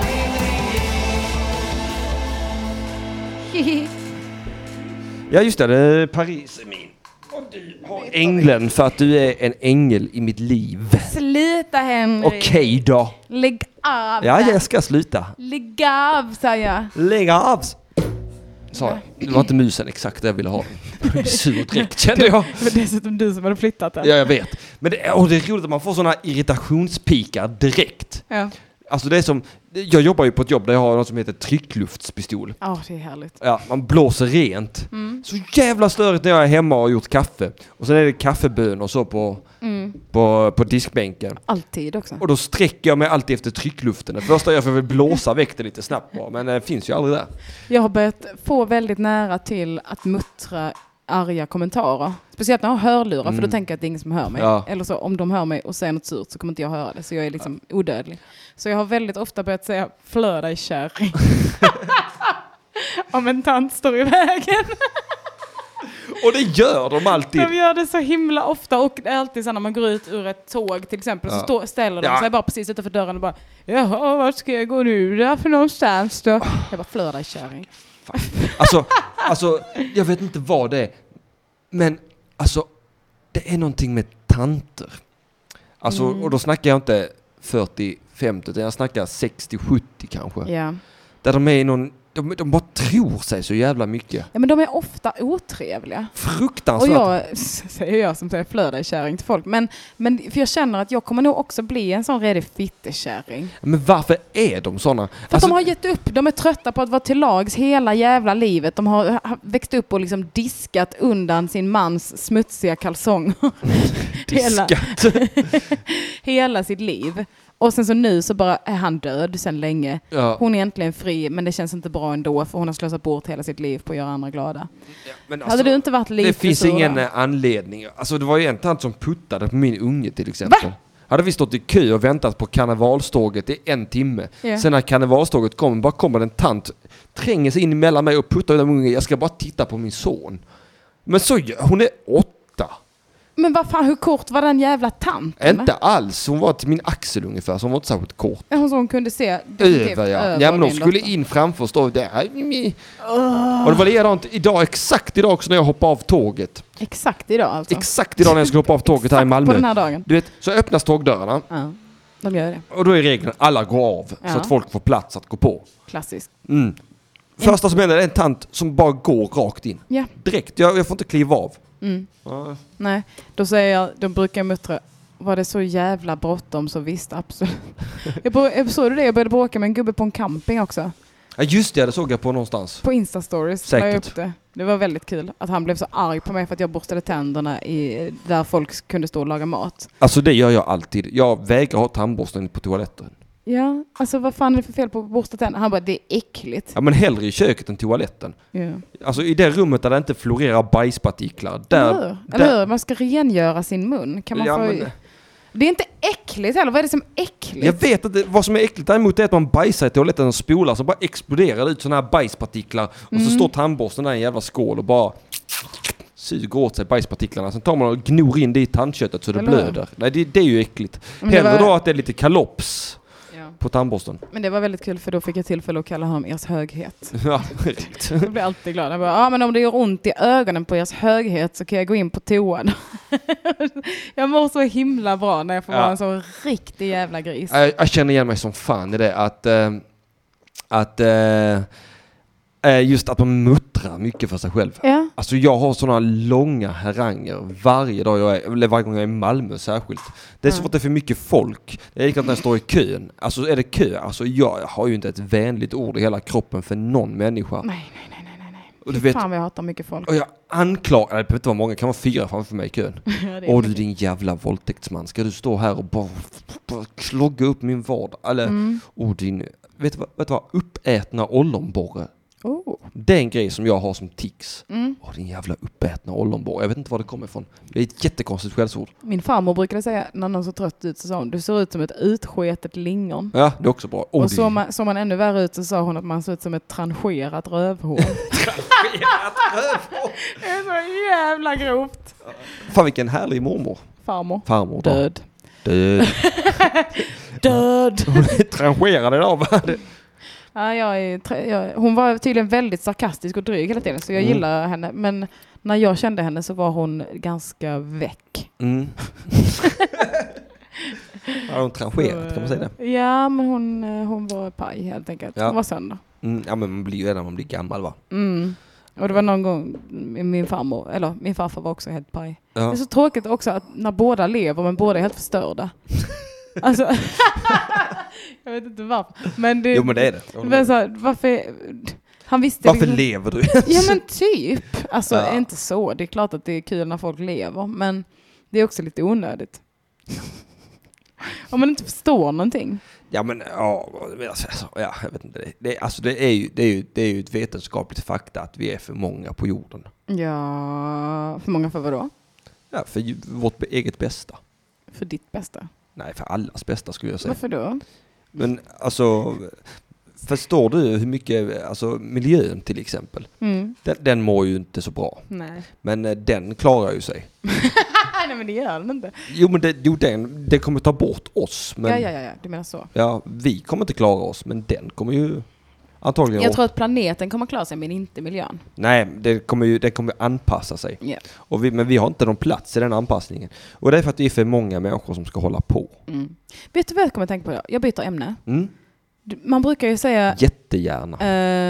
Linn, ring in. Ja, just det. Paris är min. Och du har ängeln för att du är en ängel i mitt liv. Sluta, Henrik. Okej då. Lägg av. Ja, jag ska sluta. Lägg av, sa jag. Lägg av. Sa jag. Det var inte musen exakt det jag ville ha. Sur direkt, kände jag. Det var dessutom du som hade flyttat den. Ja, jag vet. Men det är roligt att man får såna irritationspikar direkt. Ja. Alltså det är som, jag jobbar ju på ett jobb där jag har något som heter tryckluftspistol. Ja, det är härligt. Ja, man blåser rent. Så jävla störigt när jag är hemma och har gjort kaffe. Och sen är det kaffebön och så på diskbänken. Alltid också. Och då sträcker jag mig alltid efter tryckluften. Det första jag får väl blåsa väck det lite snabbt bara, men det finns ju aldrig där. Jag har börjat få väldigt nära till att muttra arga kommentarer. Speciellt när jag har hörlurar, för då tänker jag att det är ingen som hör mig. Ja. Eller så om de hör mig och säger något surt så kommer inte jag höra det. Så jag är liksom odödlig. Så jag har väldigt ofta börjat säga flör dig kärring. Om en tant står i vägen. Och det gör de alltid. De gör det så himla ofta, och det är alltid så när man går ut ur ett tåg till exempel, så ställer de sig bara precis utanför dörren och bara, jaha, vart ska jag gå nu där för någonstans då? Jag bara, flör dig kärring. Alltså, jag vet inte vad det är. Men alltså, det är någonting med tanter. Alltså, och då snackar jag inte 40-50, utan jag snackar 60-70 kanske. Ja. Där de är i någon De bara tror sig så jävla mycket. Ja, men de är ofta otrevliga. Fruktansvärt. Och jag säger jag som säger flödekärring till folk. Men för jag känner att jag kommer nog också bli en sån redig fittekärring. Men varför är de såna? För att de har gett upp. De är trötta på att vara till lags hela jävla livet. De har växt upp och liksom diskat undan sin mans smutsiga kalsonger. hela sitt liv. Och sen så nu så bara är han död sen länge. Ja. Hon är egentligen fri, men det känns inte bra ändå för hon har slösat bort hela sitt liv på att göra andra glada. Ja, men alltså, hade du inte varit lite det finns så ingen anledning. Alltså det var ju en tant som puttade på min unge till exempel. Va? Hade vi stått i kö och väntat på karnevalståget i 1 timme. Yeah. Sen när karnevalståget kommer en tant, tränger sig in mellan mig och puttar ut ungen. Jag ska bara titta på min son. Men så hon är 8. Men vad fan, hur kort var den jävla tanten? Inte alls. Hon var till min axel ungefär, så hon var inte särskilt kort. Hon kunde se över, ja. Men hon skulle in framför och stå där. Och det var likadant exakt idag också när jag hoppade av tåget. Exakt idag alltså? Exakt idag när jag skulle hoppa av tåget här i Malmö. På den här dagen? Du vet, så öppnas tågdörrarna. Ja, de gör det. Och då är regeln alla går av så att folk får plats att gå på. Klassiskt. Första som händer är en tant som bara går rakt in. Ja. Direkt, jag får inte kliva av. Ja. Nej, då säger jag, de brukar muttra, var det så jävla bråttom så visst, absolut. Jag såg det, jag började bråka med en gubbe på en camping också. Ja just det såg jag på någonstans. På Insta-stories. Säkert. Det var väldigt kul att han blev så arg på mig för att jag borstade tänderna där folk kunde stå och laga mat. Alltså det gör jag alltid. Jag vägrar ha tandborsten på toaletten. Ja, alltså vad fan är det för fel på att borsta tänderna? Han bara, det är äckligt. Ja men hellre i köket än toaletten. Ja. Alltså i det rummet där det inte florerar bajspartiklar. Eller hur? Man ska rengöra sin mun. Kan man få... Det är inte äckligt heller. Vad är det som är äckligt? Jag vet inte vad som är äckligt. Däremot är att man bajsar i toaletten och spolar så bara exploderar ut sådana här bajspartiklar. Och så står tandborsten där i en jävla skål och bara suger åt sig bajspartiklarna. Sen tar man och gnor in det i tandköttet så det blöder. Nej, det är ju äckligt. Hellre då att det är lite kalops på tandborsten. Men det var väldigt kul för då fick jag tillfälle att kalla honom ers höghet. Ja, riktigt. Jag blir alltid glad. Jag bara, men om det gör ont i ögonen på ers höghet så kan jag gå in på toan. Jag mår så himla bra när jag får vara en så riktig jävla gris. Jag känner igen mig som fan i det att just att man muttrar mycket för sig själv. Ja. Alltså jag har sådana långa haranger varje dag eller varje gång jag är i Malmö särskilt. Det är så att det är för mycket folk. Det är likadant när jag står i kön. Alltså är det kö, alltså jag har ju inte ett vänligt ord i hela kroppen för någon människa. Nej. Och du vet, fan vad jag hatar mycket folk. Och jag anklagar, det behöver inte vara många, kan vara 4 framför mig i kön. Och du din jävla våldtäktsman, ska du stå här och bara klogga upp min vardag? Eller, din, vet du vad, uppätna ollonborre. Det är en grej som jag har som tics. Din jävla uppätna ollonborre. Jag vet inte var det kommer ifrån. Det är ett jättekonstigt skällsord. Min farmor brukade säga när någon så trött ut så sa hon, du ser ut som ett utsketet lingon. Ja, det är också bra. Och så man ännu värre ut så sa hon att man ser ut som ett trancherat rövhål. Trancherat rövhål? Det är så jävla grovt. Fan vilken härlig mormor. Farmor. Död. Död. Hon är trancherad idag, va? Ja, hon var tydligen väldigt sarkastisk och dryg hela tiden så jag gillar henne. Men när jag kände henne så var hon ganska väck. Har hon trancherat, kan man säga det? Ja, men hon var paj helt enkelt. Hon var sönder. Ja, men man blir ju när man blir gammal, va? Och det var någon gång min farfar var också helt paj. Ja. Det är så tråkigt också att när båda lever men båda är helt förstörda. Alltså, jag vet inte varför. Men det, men det är det. Men så, varför han visste varför lever du? Ja men typ. Alltså inte så. Det är klart att det är kul när folk lever. Men det är också lite onödigt. Om man inte förstår någonting. Ja men jag vet inte. Det är ju ett vetenskapligt fakta att vi är för många på jorden. Ja, för många för vad då? Ja, för vårt eget bästa. För ditt bästa? Nej, för allas bästa skulle jag säga. Varför då? Men alltså, förstår du hur mycket, alltså miljön till exempel, den mår ju inte så bra. Nej. Men den klarar ju sig. Nej men det gör den inte. Jo men den kommer ta bort oss. Men, ja, du menar så. Ja, vi kommer inte klara oss, men den kommer ju antagligen... Jag tror att planeten kommer klara sig, men inte miljön. Nej, det kommer anpassa sig. Yeah. Men vi har inte någon plats i den anpassningen. Och det är för att det är för många människor som ska hålla på. Vet du vad jag kommer att tänka på? Jag byter ämne. Man brukar ju säga... Jättegärna.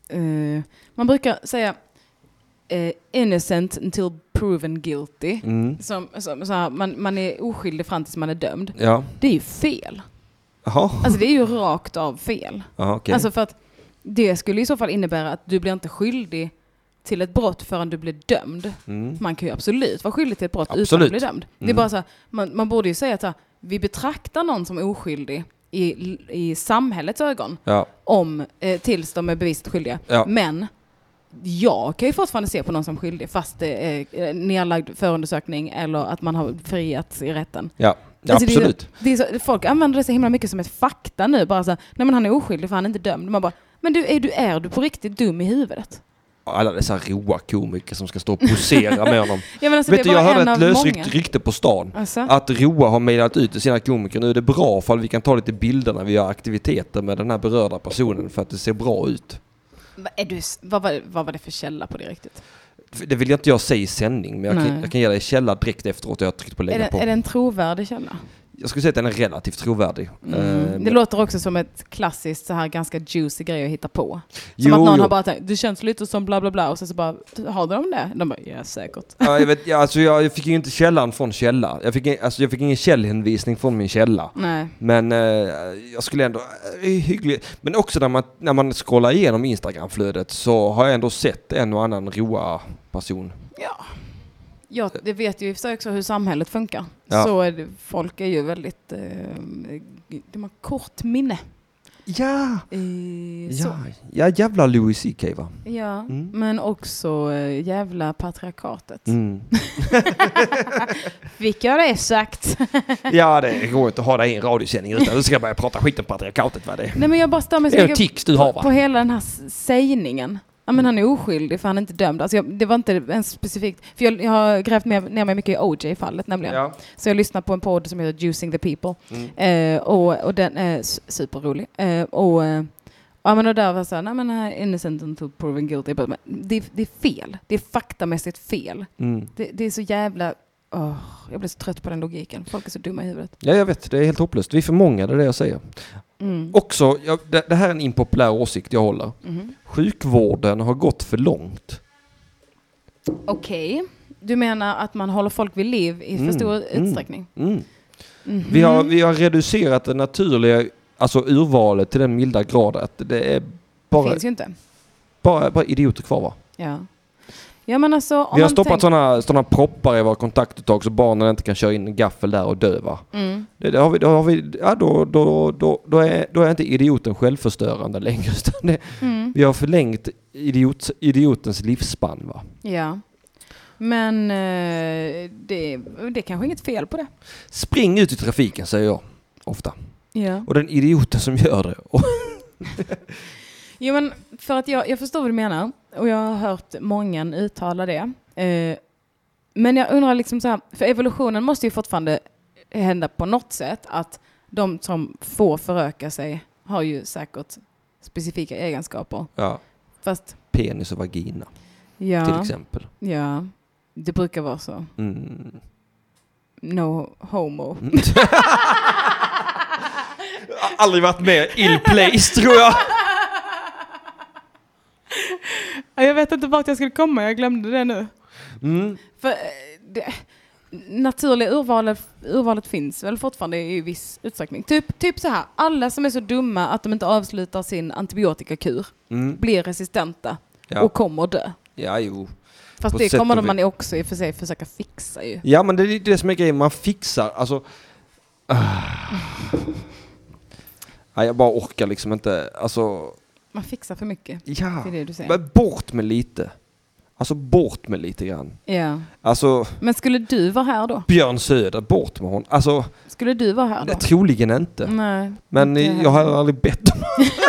man brukar säga innocent until proven guilty. Som så här, man är oskyldig fram tills man är dömd. Ja. Det är ju fel. Jaha. Alltså det är ju rakt av fel. Aha, okay. Alltså för att det skulle i så fall innebära att du blir inte skyldig till ett brott förrän du blir dömd. Man kan ju absolut vara skyldig till ett brott utan att bli dömd. Det är bara så här, man borde ju säga att så här, vi betraktar någon som oskyldig i samhällets ögon tills de är bevisat skyldiga. Ja. Men jag kan ju fortfarande se på någon som skyldig fast det är nedlagd förundersökning eller att man har friats i rätten. Ja. Ja, alltså absolut. Det är så, folk använder det så himla mycket som ett fakta nu. Bara så här, nej men han är oskyldig för han är inte dömd. Man bara, men är du på riktigt dum i huvudet? Alla dessa roa komiker som ska stå och posera med honom. Ja, alltså, vet du, jag hörde ett lösryckt rykte på stan. Alltså? Att Roa har mejlat ut till sina komiker. Nu är det bra för att vi kan ta lite bilder när vi gör aktiviteter med den här berörda personen för att det ser bra ut. Vad var det för källa på det riktigt? Det vill jag inte säga i sändning, men jag kan ge dig källa direkt efteråt och jag har tryckt på lägga på. Är det en trovärdig källa? Jag skulle säga att den är relativt trovärdig. Det låter också som ett klassiskt så här ganska juicy grej att hitta på. Som att någon har bara tänkt, det känns lite som bla bla bla och så bara, har de det? De bara, ja säkert. Ja, jag fick ju inte källan från källa. Jag fick ingen källhänvisning från min källa. Nej. Men jag skulle ändå, hyggligt. Men också när man scrollar igenom Instagramflödet så har jag ändå sett en och annan roa person. Ja, det vet ju i och för sig också hur samhället funkar. Ja. Så folk är ju väldigt... de har kort minne. Ja! Ja, jävla Louis CK va? Ja, men också jävla patriarkatet. Fick jag det sagt? Ja, det går inte att ha det i en radiosändning utan du ska börja prata skit om patriarkatet. Va? Nej, men jag bara stämmer det är en tics du har va? På hela den här sägningen. Ja, men han är oskyldig för han är inte dömd. Alltså det var inte en specifikt... För jag har grävt ner mig mycket i OJ-fallet nämligen. Ja. Så jag lyssnade på en podd som heter Juicing the People. Och den är superrolig. Och där var så här, nej men innocent until proven guilty. Det är fel. Det är faktamässigt fel. Det är så jävla... jag blir så trött på den logiken. Folk är så dumma i huvudet. Ja, jag vet. Det är helt hopplöst. Vi är för många, det är det jag säger. Också, det här är en impopulär åsikt jag håller. Sjukvården har gått för långt. Okej. Du menar att man håller folk vid liv i för stor utsträckning? Vi har reducerat det naturliga, alltså urvalet till den milda grad att det är bara... Finns ju inte. Bara idioter kvar va? Ja. Ja, men alltså, vi har stoppat sådana proppar i våra kontaktuttag så barnen inte kan köra in en gaffel där och dö va? Då är inte idioten självförstörande längre. Vi har förlängt idiotens livsspann va? Ja. Men det är kanske inget fel på det. Spring ut i trafiken säger jag ofta. Ja. Och den idioten som gör det. Jo, men för att jag förstår vad du menar och jag har hört många uttala det. Men jag undrar liksom så här, för evolutionen måste ju fortfarande hända på något sätt att de som får föröka sig har ju säkert specifika egenskaper. Ja. Fast penis och vagina till exempel. Ja, det brukar vara så. No homo. Aldrig varit mer ill place tror jag. Jag vet inte vart jag skulle komma, jag glömde det nu. För naturliga urvalet finns väl fortfarande i viss utsträckning. Typ så här, alla som är så dumma att de inte avslutar sin antibiotikakur blir resistenta och kommer dö. Ja, jo. Fast det kommer man också i och för sig försöka fixa ju. Ja, men det är det som är grejen, man fixar, alltså... Nej, jag bara orkar liksom inte, alltså... Man fixar för mycket. Ja, det är det du säger. Men bort med lite. Alltså bort med lite grann. Ja. Alltså... Men skulle du vara här då? Björn Söder, bort med hon. Alltså... Skulle du vara här då? Troligen inte. Nej. Men inte jag har aldrig bett om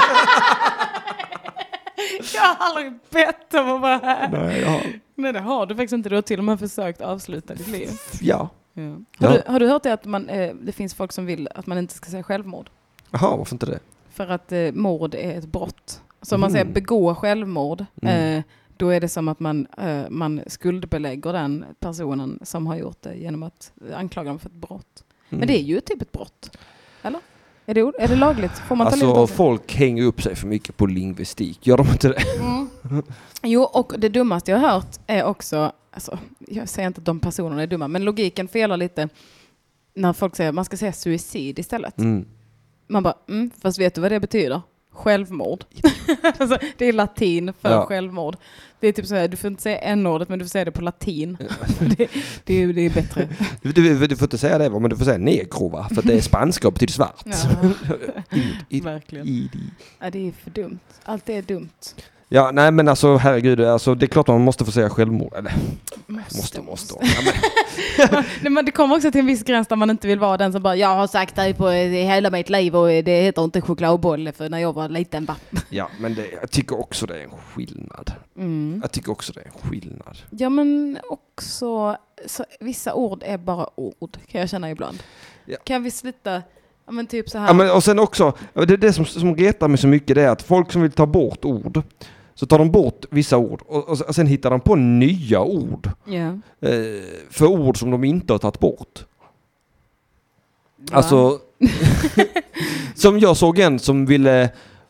Jag har aldrig bett om att vara här. Nej, det har du faktiskt inte. Du har till och med försökt avsluta ditt liv. Ja. Har du hört det att det finns folk som vill att man inte ska säga självmord? Jaha, varför inte det? För att mord är ett brott. Så om man säger begå självmord, då är det som att man skuldbelägger den personen som har gjort det genom att anklaga dem för ett brott. Men det är ju typ ett brott. Eller? Är det lagligt? Får man ta livet av Alltså sig? folk hänger upp sig för mycket på lingvistik. Gör de inte det? Jo, och det dummaste jag har hört är också, alltså, jag säger inte att de personerna är dumma, men logiken felar lite när folk säger att man ska säga suicid istället. Man bara, fast vet du vad det betyder? Självmord. Alltså, det är latin för självmord. Det är typ så här, du får inte säga n-ordet, men du får säga det på latin. det är bättre. Du får inte säga det, men du får säga negro, va? För det är spanska och betyder svart. Ja. Verkligen. Ja, det är för dumt. Allt är dumt. Ja, nej men alltså herregud, alltså, det är klart man måste få säga självmord. Eller, måste. Ja, men det kommer också till en viss gräns där man inte vill vara den som bara, jag har sagt det på hela mitt liv och det heter inte chokladboll för när jag var liten. Ja, men jag tycker också det är en skillnad. Jag tycker också det är en skillnad. Ja, men också så, vissa ord är bara ord, kan jag känna ibland. Ja. Kan vi sluta... Ja, men typ så här. Ja, men, och sen också, det som retar mig så mycket, det är att folk som vill ta bort ord, så tar de bort vissa ord och sen hittar de på nya ord. Yeah. För ord som de inte har tagit bort. Va? Alltså, som jag såg en som ville,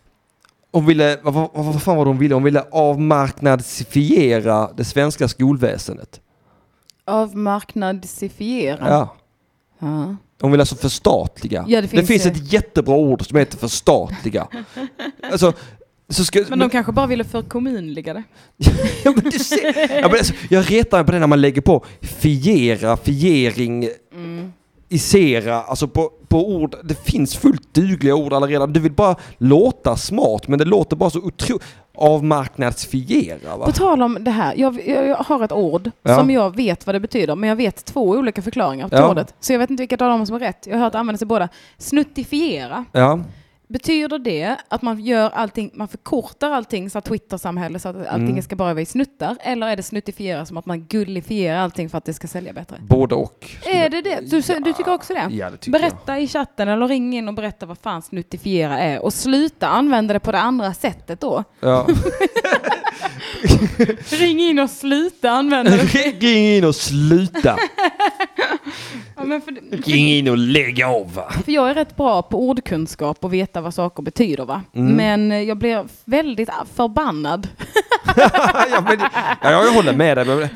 vad fan var det hon ville? Hon ville avmarknadsifiera det svenska skolväsendet. Avmarknadsifiera? Ja. De vill alltså förstatliga. Ja, det finns ett jättebra ord som heter förstatliga. Alltså, men de kanske bara ville förkommunliga det. Ja, men du ser, alltså, jag retar mig på det när man lägger på fiering, isera, alltså på ord. Det finns fullt dugliga ord alla. Du vill bara låta smart, men det låter bara så otroligt avmarknadsfiera. Va? På tal om det här, jag har ett ord som jag vet vad det betyder, men jag vet 2 olika förklaringar på ordet. Så jag vet inte vilka av dem som är rätt. Jag har hört använda sig båda. Snuttifiera. Ja. Betyder det att man gör allting, man förkortar allting så att Twitter-samhälle så att allting ska bara vara i snuttar, eller är det snuttifiera som att man gullifierar allting för att det ska sälja bättre? Både och. Är det det? Du tycker också det? Ja, det tycker berätta i chatten eller ring in och berätta vad fan snuttifiera är och sluta använda det på det andra sättet då. Ja. Ring in och sluta använda det. Ring in och sluta. Ja, men ring in och lägg av, va? För jag är rätt bra på ordkunskap och veta vad saker betyder, va? Men jag blir väldigt förbannad. Jag håller med dig.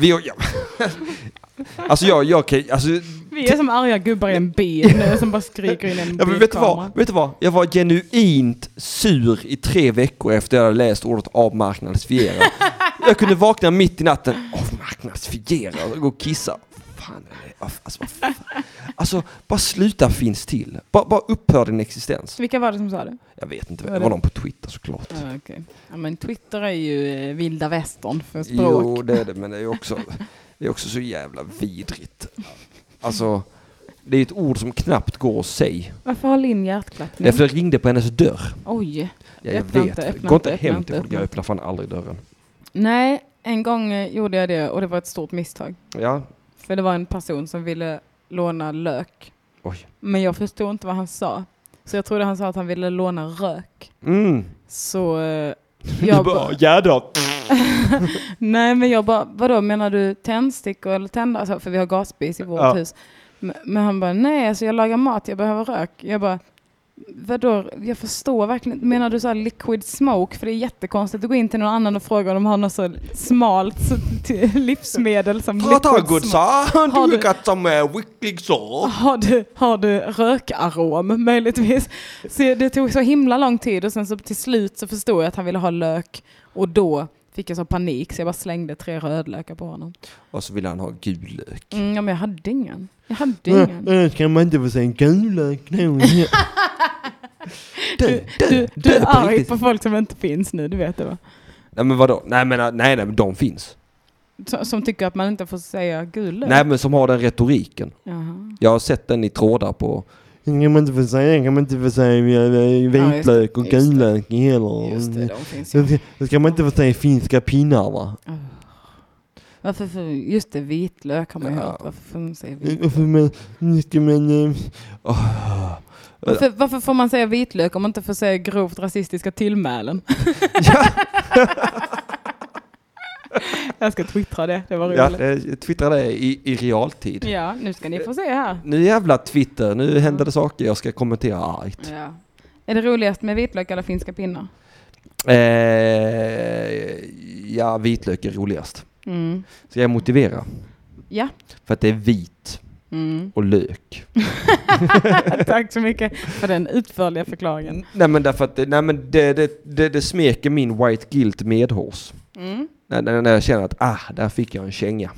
Vi är som arga gubbar i en bil nu som bara skriker in en bilkamera. Vet du vad? Jag var genuint sur i 3 veckor efter jag hade läst ordet avmarknadsfiera. Jag kunde vakna mitt i natten. Avmarknadsfiera och gå och kissa. Fan, alltså bara sluta finns till. Bara upphör din existens. Vilka var det som sa det? Jag vet inte. Det var någon på Twitter såklart. Ja, okay. Ja, men Twitter är ju vilda västern för språk. Jo, det är det. Men det är också så jävla vidrigt. Alltså, det är ett ord som knappt går att säga. Varför har Linn hjärtklappning? Därför jag ringde på hennes dörr. Oj. Ja, jag vet. Gå inte hem till folk. Jag öppnar fan aldrig dörren. Nej, en gång gjorde jag det och det var ett stort misstag. Ja. För det var en person som ville låna lök. Oj. Men jag förstod inte vad han sa. Så jag trodde han sa att han ville låna rök. Så jag bara... Ja då. Nej, men jag bara, vadå, menar du tändstickor eller tändare? Alltså, för vi har gasspis i vårt hus. Men han bara, nej, alltså jag lagar mat, jag behöver rök. Jag bara, vadå, jag förstår verkligen. Menar du så här liquid smoke? För det är jättekonstigt att gå in till någon annan och fråga om de har något så smalt livsmedel som liquid smoke. Har du rökarom möjligtvis? Så det tog så himla lång tid och sen så till slut så förstod jag att han ville ha lök och då fick jag så panik så jag bara slängde 3 rödlökar på honom. Och så ville han ha gul lök. Ja, men jag hade ingen. Kan man inte få säga gul lök? Du är arg på folk som inte finns nu, du vet det, va? Nej, men vadå? Nej, men de finns. Som tycker att man inte får säga gul lök? Nej, men som har den retoriken. Jaha. Jag har sett den i trådar på... Kan man inte få säga vitlök och gul lök heller. Just det, de finns ju. Då ska man inte få säga finska pinnar, va? Varför just det, vitlök har man hört. Varför får man säga vitlök? Varför får man säga vitlök om man inte får säga grovt rasistiska tillmälen? Jag ska twittra det, det var roligt. Ja, twittra det i realtid. Ja, nu ska ni få se här. Nu jävla Twitter, nu händer det saker jag ska kommentera argt. Ja. Är det roligast med vitlök eller finska pinnar? Ja, vitlök är roligast. Ska jag motivera? Ja. För att det är vit och lök. Tack så mycket för den utförliga förklaringen. Nej men därför att det smeker min white guilt medhårs. När jag känner att där fick jag en känga.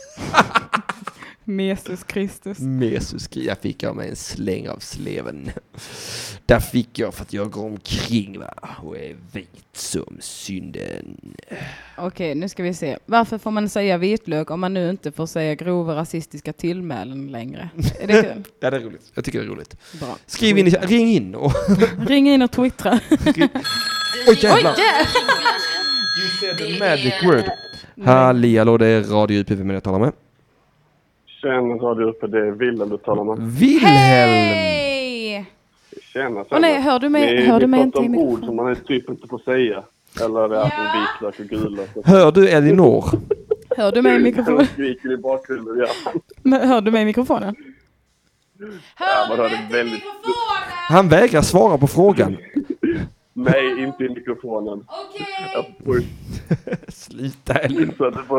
Jesus Kristus. Jag fick jag med en släng av sleven. Där fick jag för att jag går omkring och är vit som synden. Okej, nu ska vi se. Varför får man säga vitlök om man nu inte får säga grova rasistiska tillmälen längre? Är det kul? Ja, det är roligt. Jag tycker det är roligt. Bra. Skriv in, ring in och... Ring in och twittra. Oj jävlar! You said the magic word. Halli, hallå, det är Radio UP med jag talar med. Tjena, Radio UP, det är Wilhelm du talar med. Wilhelm! Hej! Tjena. Nej, hör du mig inte i mikrofon? Ord som man typ inte får säga. Eller det är vitlök och gulök. Hör du Elinor? Hör du mig i mikrofonen? Skriker i bakgrunden, ja. Men hör du mig i mikrofonen? Hör du mig inte i mikrofonen? Han vägrar svara på frågan. Nej, inte i mikrofonen. Okej. Sluta Elin.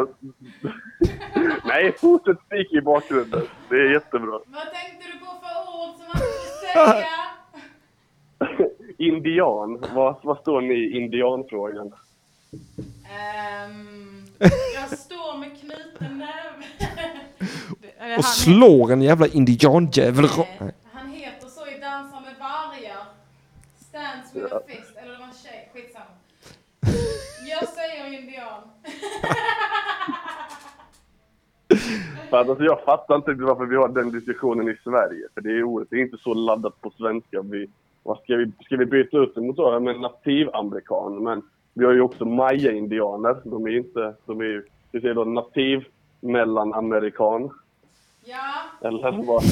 Nej, fortsätt skrika i bakgrunden. Det är jättebra. Vad tänkte du på för ord som man får säga? Indian. Vad står ni i indianfrågan? Jag står med knuten näve. Och slår en jävla indianjävel. Han heter så i Dansa med vargar. Stands with a fist. Eller det var en tjej. Skitsamma. Jag säger indian. Alltså, jag fattar inte varför vi har den diskussionen i Sverige. För det är inte så laddat på svenska. Ska vi byta ut det mot så med nativamerikan? Men vi har ju också maya-indianer. De är ju vi säger då nativ mellanamerikan. Ja. Eller vad?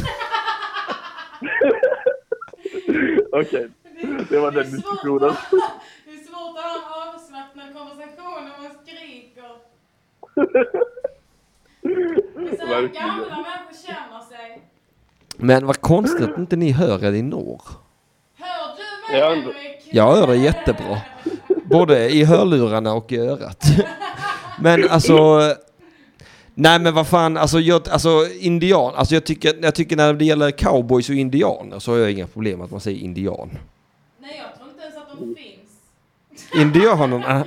Okej, det var den diskussionen. Det är svårt att ha en avslappnad konversation när man skriker. Det är så här gamla människor känner sig. Men vad konstigt att inte ni hör Elinor. Hör du mig, Henrik? Jag hör det jättebra. Både i hörlurarna och i örat. Men alltså... Nej men vad fan, indian. Alltså jag tycker när det gäller cowboys och indianer så har jag inga problem med att man säger indian. Nej, jag tror inte ens att de finns. Indianerna.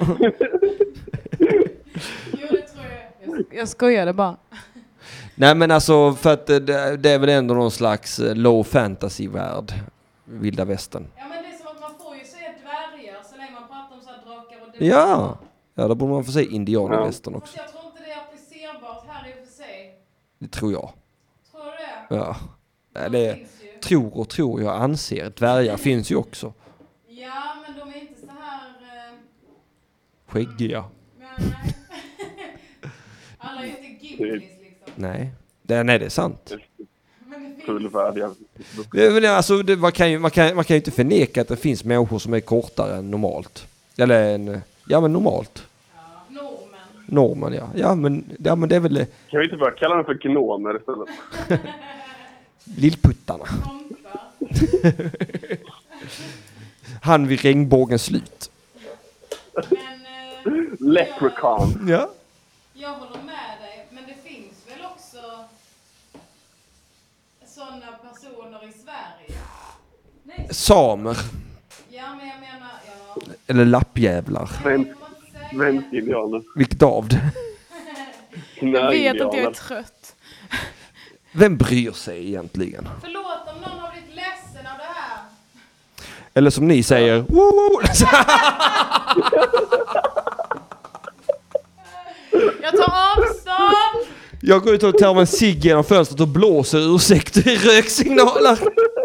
Jo, det tror jag. Jag skojade bara. Nej men alltså för att det är väl ändå någon slags low fantasy-värld. Vilda västern. Ja men det är som att man får ju säga dvärgar så länge man pratar om så här drakar och Ja, då borde man få säga indianer-västern också. Fast jag tror inte det är applicerbart här i och för sig. Det tror jag. Tror du det? Ja. Det tror jag anser. Dvärgar finns ju också. Ja, men de är inte så här... Skäggiga. Nej. Alla är ju inte gimplis liksom. Nej, det är sant. Fullvärdiga. Alltså, man kan ju inte förneka att det finns människor som är kortare än normalt. Eller normalt. Ja, normen, ja. Ja, men det är väl... Kan vi inte bara kalla dem för gnomer istället? Lillputtarna. Han vid regnbågens slut. Men... Leprechaun. Ja. Jag håller med dig, men det finns väl också sådana personer i Sverige? Nej. Samer. Ja, men jag menar... Ja. Eller lappjävlar. Svensk indianer. Vilket av det? Jag vet att jag är trött. Vem bryr sig egentligen? Förlåt om någon har blivit ledsen av det här. Eller som ni säger... Woo! Jag tar avstånd! Jag går ut och tar en cigg genom fönstret och blåser ursäkt i röksignaler.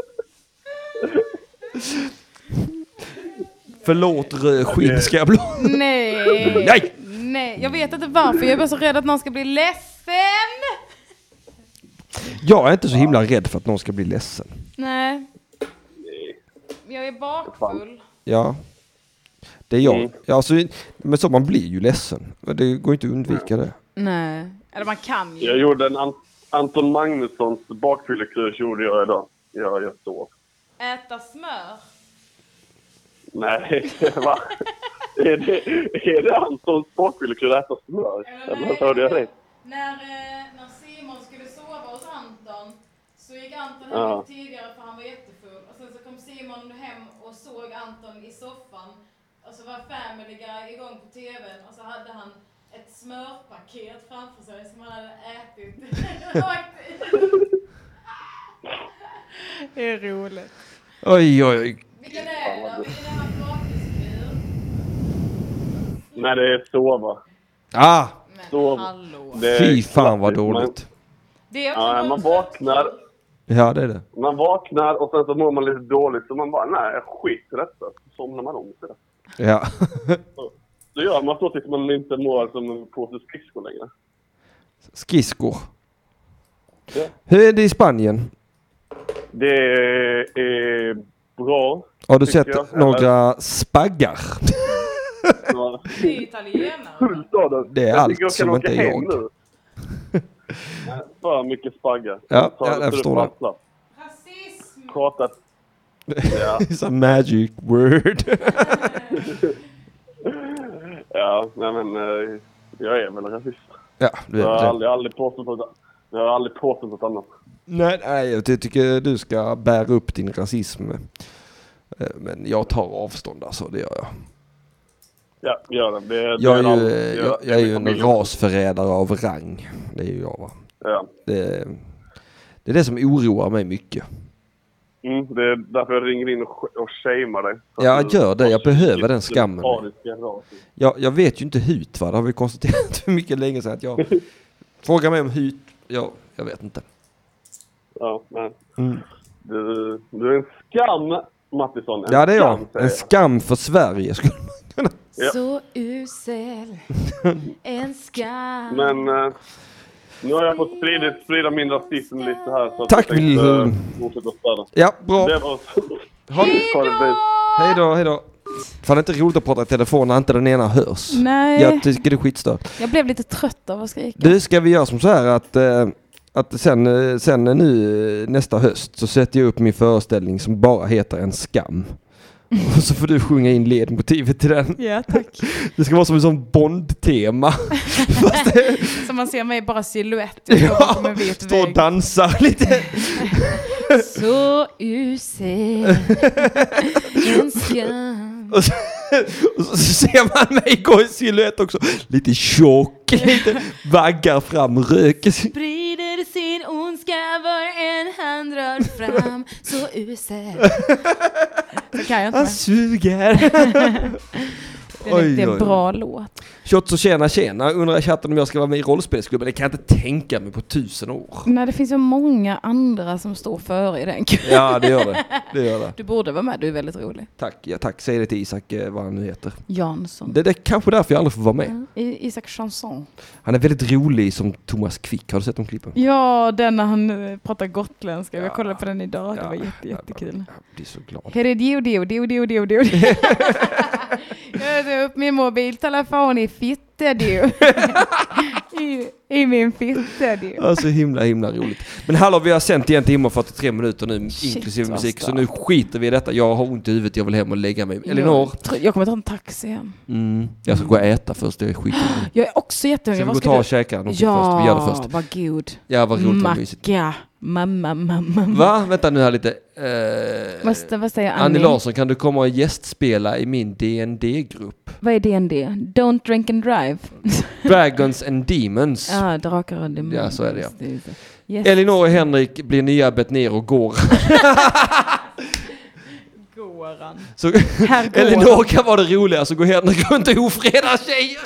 Förlåt rödskinn, ska jag blå? Nej! Nej, jag vet inte varför. Jag är bara så rädd att någon ska bli ledsen. Jag är inte så himla rädd för att någon ska bli ledsen. Nej. Jag är bakfull. Ja. Det är jag. Ja, alltså, men så man blir ju ledsen. Det går inte att undvika det. Nej. Eller man kan ju. Jag gjorde en Anton Magnussons bakfyllekurs gjorde jag idag. Jag sov. Äta smör? Nej, va? är det Antons bakfyllekurs att äta smör? Eller hörde jag rätt? När Simon skulle sova hos Anton så gick Anton hem lite tidigare för han var jättefull. Och sen så kom Simon hem och såg Anton i soffan. Och så var Family Guy igång på tvn och så hade han ett smörpaket framför sig som han hade ätit. Det är roligt. Oj. Vilken är det då? Vilken är hans gratiskur? Nej, det är sova. Sova. Fy fan vad dåligt. Man vaknar. Ja, det är det. Man vaknar och sen så mår man lite dåligt så man bara, nej, skit i detta. Så somnar man om till det. Ja. Så gör man så tills man inte mår som en påse skridskor längre. Skridskor. Ja. Hur är det i Spanien? Det är bra. Har du sett några spaggar? Det är italienare. Det är allt som inte är jag. För mycket spaggar. Ja, jag förstår det. Rasism! Pratat. Ja. It's a magic word. Ja, nej men jag är väl rasist. Ja, jag har aldrig påstått något annat. Nej, jag tycker du ska bära upp din rasism. Men jag tar avstånd, alltså, det gör jag. Ja, gör det. Jag är ju en rasförrädare av rang. Det är ju jag, va? Ja. Det är det som oroar mig mycket. Det är därför jag ringer in och shamear dig. Ja, gör det. Jag behöver den skammen. Jag vet ju inte hut, va? Det har vi konstaterat för mycket länge sedan att jag frågar mig om hut. Ja, jag vet inte. Ja, nej. Du är en skam, Mattisson. Ja, det är jag. En skam för Sverige skulle man kunna. Ja. Så usel. En skam. Men nu har jag fått sprida min rasism lite här. Så tack Wilhelm. Ja, bra. Hej då. Fan, det är inte roligt att prata i telefon när inte den ena hörs. Nej. Jag tycker det är skitstört. Jag blev lite trött av att skrika. Du, ska vi göra som så här att sen nu nästa höst så sätter jag upp min föreställning som bara heter En skam. Och så får du sjunga in ledmotivet till den. Ja, tack. Det ska vara som en sån Bond-tema. Så man ser mig bara silhuett. Ja, stå och dansa lite. Så usel. En skam. Och så ser man mig gå i silhuett också. Lite tjock, lite vaggar fram, röker. Sprider sin ondska var en hand rör fram. Så usel. Så kan jag inte. Han suger. Det är en bra låt. Shots och tjena. Undrar i chatten om jag ska vara med i rollspelsklubben. Det kan jag inte tänka mig på 1000 år. Nej, det finns ju många andra som står före i den klubben. Ja, det gör det. Du borde vara med, du är väldigt rolig. Tack. Säg det till Isak, vad han nu heter. Jansson. Det är kanske därför jag aldrig får vara med. Isak Chanson. Han är väldigt rolig som Thomas Quick. Har du sett de klippen? Ja, den när han pratar gotländska. Jag kollade på den idag. Det var jättekul. Jag blir så glad. Dio. Jag tar upp min mobiltelefon i fitte. I min fitte. Alltså himla roligt. Men hallå, vi har sänt igen 1 timme och 43 minuter nu, inklusive musik. Så nu skiter vi i detta. Jag har ont i huvudet, jag vill hem och lägga mig. Elinor? Jag kommer ta en taxi hem. Jag ska gå och äta först, det är skit. Jag är också jättehungrig. Ska vi gå och ta och käka någonting först? Vi gör det först. Vad god. Ja, vad roligt och mysigt. Macka. Mamma. Va? Vänta nu här lite. Vad säger Annie? Annie Larsson, kan du komma och gästspela i min D&D-grupp? Vad är D&D? Don't drink and drive. Dragons and Demons. Ja, drakar och demons. Ja, så är det, ja. Yes. Elinor och Henrik blir nya ner och går. Goran. Så Elinor kan vara det roliga, så går Henrik runt och ofredar tjejer.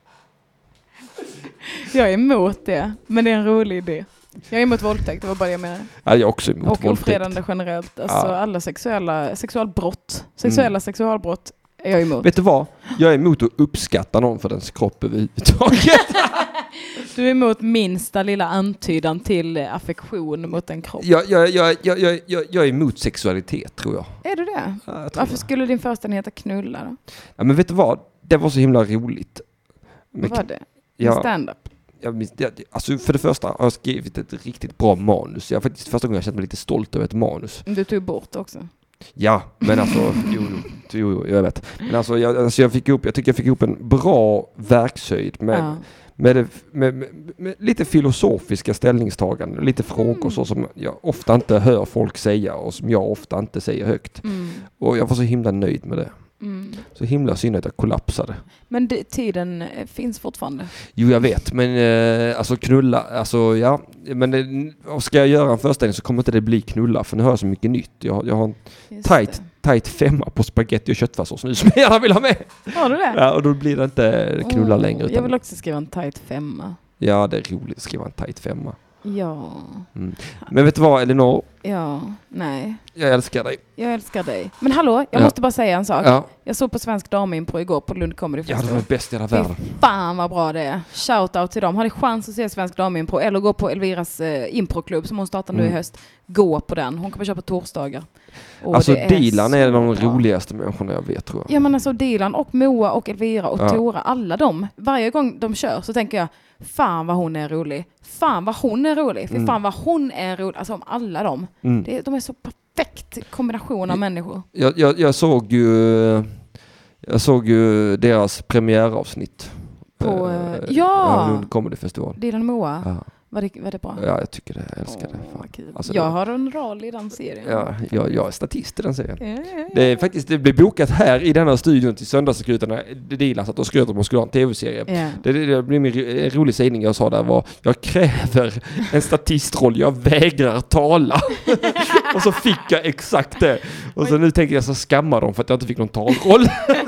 Jag är emot det, men det är en rolig idé. Jag är emot våldtäkt, det var bara det jag menade. Ja, jag är också emot våldtäkt. Och ofredande generellt. Alltså alla sexualbrott är jag emot. Vet du vad? Jag är emot att uppskatta någon för dens kropp överhuvudtaget. Du är emot minsta lilla antydan till affektion mot en kropp. Jag är emot sexualitet, tror jag. Är du det? Ja, Varför skulle din föreställning heta Knulla då? Ja, men vet du vad? Det var så himla roligt. Vad var det? Ja, Stand-up? Alltså för det första har jag skrivit ett riktigt bra manus. Jag faktiskt första gången jag känt mig lite stolt över ett manus. Du tog bort också. Ja, men alltså jo, jag vet. Men alltså jag tycker jag fick ihop en bra verkshöjd med lite filosofiska ställningstaganden, lite frågor så som jag ofta inte hör folk säga och som jag ofta inte säger högt. Och jag var så himla nöjd med det. Så himla synd att jag kollapsade. Men tiden finns fortfarande. Jo, jag vet, men alltså knulla, alltså ja, men ska jag göra en föreställning så kommer inte det bli knulla, för nu har jag så mycket nytt. Jag har en tight 5 på spaghetti och köttfärssås nu som jag gärna vill ha med. Har du det? Ja, och då blir det inte knulla längre. Jag vill också skriva en tight 5. Ja, det är roligt att skriva en tight 5. Ja. Men vet du vad, Elinor? Ja, nej. Jag älskar dig. Jag älskar dig. Men hallå, jag måste bara säga en sak. Ja. Jag såg på Svensk Damimpro igår på Lund Comedy Festival. Ja, det var bäst i hela världen. Fan vad bra det är. Shout out till dem. Har ni chans att se Svensk Damimpro eller gå på Elviras improklubb som hon startar nu i höst. Gå på den. Hon kommer köpa torsdagar. Och alltså är Dilan är de roligaste människorna jag vet, tror jag. Ja, men alltså Dilan och Moa och Elvira och Tora, alla dem. Varje gång de kör så tänker jag, fan vad hon är rolig. Fan vad hon är rolig. För fan vad hon är rolig. Alltså om alla dem. De är så perfekt kombination av människor. Jag såg ju deras premiäravsnitt. På Lund Comedy Festival. Dilan och Moa. Ja. Var det bra? Ja, jag tycker det. Jag älskar det. Alltså, jag har en roll i den serien. Ja, jag är statist i den serien. Ja. Det är faktiskt, det blev bokat här i denna studion till söndagsakuten. Dilan satt och skröt om att skulle ha en tv-serie. Ja. Det blev min rolig sägning jag sa där var: jag kräver en statistroll, jag vägrar tala. Och så fick jag exakt det. Och så nu tänker jag så skamma dem för att jag inte fick någon talroll.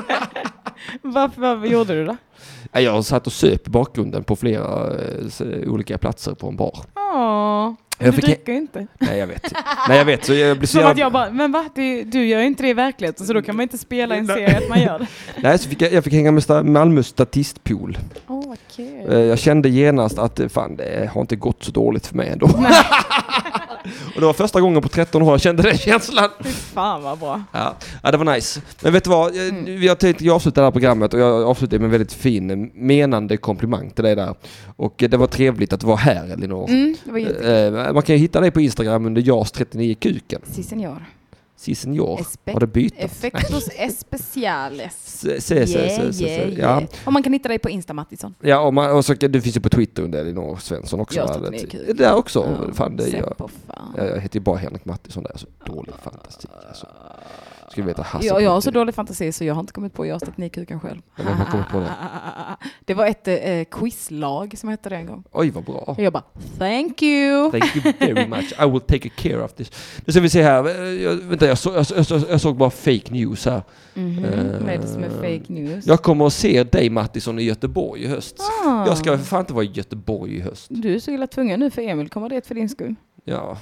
Vad gjorde du då? Jag satt och söp bakgrunden på flera olika platser på en bar. Du dricker inte. Nej, jag vet. Så jag blir så som att jag bara, men va? Du gör inte det i verkligheten, så då kan man inte spela en serie att man gör det. Nej, så jag fick hänga med Malmö statistpool. Okay. Jag kände genast att fan, det har inte gått så dåligt för mig ändå. Och det var första gången på 13 år jag kände den känslan. Fan vad bra. Ja, det var nice. Men vet du vad? Vi har tänkt avsluta det här programmet och jag avslutar med en väldigt fin menande komplimang till dig där. Och det var trevligt att du var här, Elinor. Det var jättekul. Man kan ju hitta dig på Instagram under JAS39kuken. Sí, señor. Har det bytt? Effectos especiales. Ja. Och man kan hitta dig på Insta Mattisson. Ja, och så du finns ju på Twitter under Elinor Svensson också. Jag där också. Ja, fan, det jag heter ju bara Henrik Mattisson där. Så dålig fantasi. Alltså. Ska vi veta jag har så dålig fantasi så jag har inte kommit på JAS teknikkuken själv. Men jag har kommit på det. Det var ett quizlag som hette det en gång. Oj, vad bra. Och jag bara, thank you very much. I will take care of this. Nu ska vi se här. Jag såg bara fake news här. Vad är det som är fake news? Jag kommer att se dig, Mattisson, i Göteborg i höst. Jag ska för fan inte vara i Göteborg i höst. Du är så illa tvungen nu, för Emil kommer dit för din skull. Ja.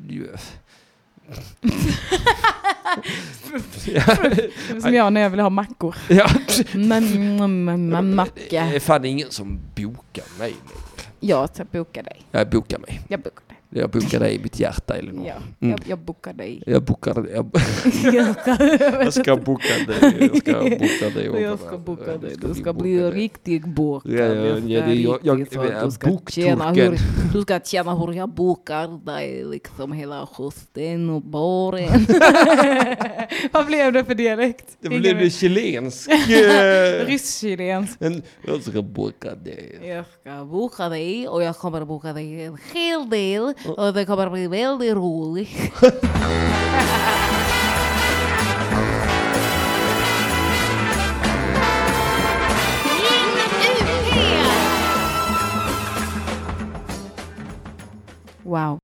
Som jag när jag vill ha mackor. Ja. Macka. Det är fan ingen som bokar mig. Jag bokar dig. Jag bokar mig. Jag bokar dig i mitt hjärta, Elinor. Ja, jag bokar dig. Jag bokar dig. Jag ska boka dig. Jag ska boka dig. Du ska bli riktigt bokad. Du ska känna hur jag bokar dig liksom hela hösten och våren. Vad blev det för dialekt? Det blev det chilensk. Rysk-chilensk. Jag ska boka dig. Jag ska boka dig och jag kommer boka dig en hel del. Och det kommer bli väldigt roligt. Wow.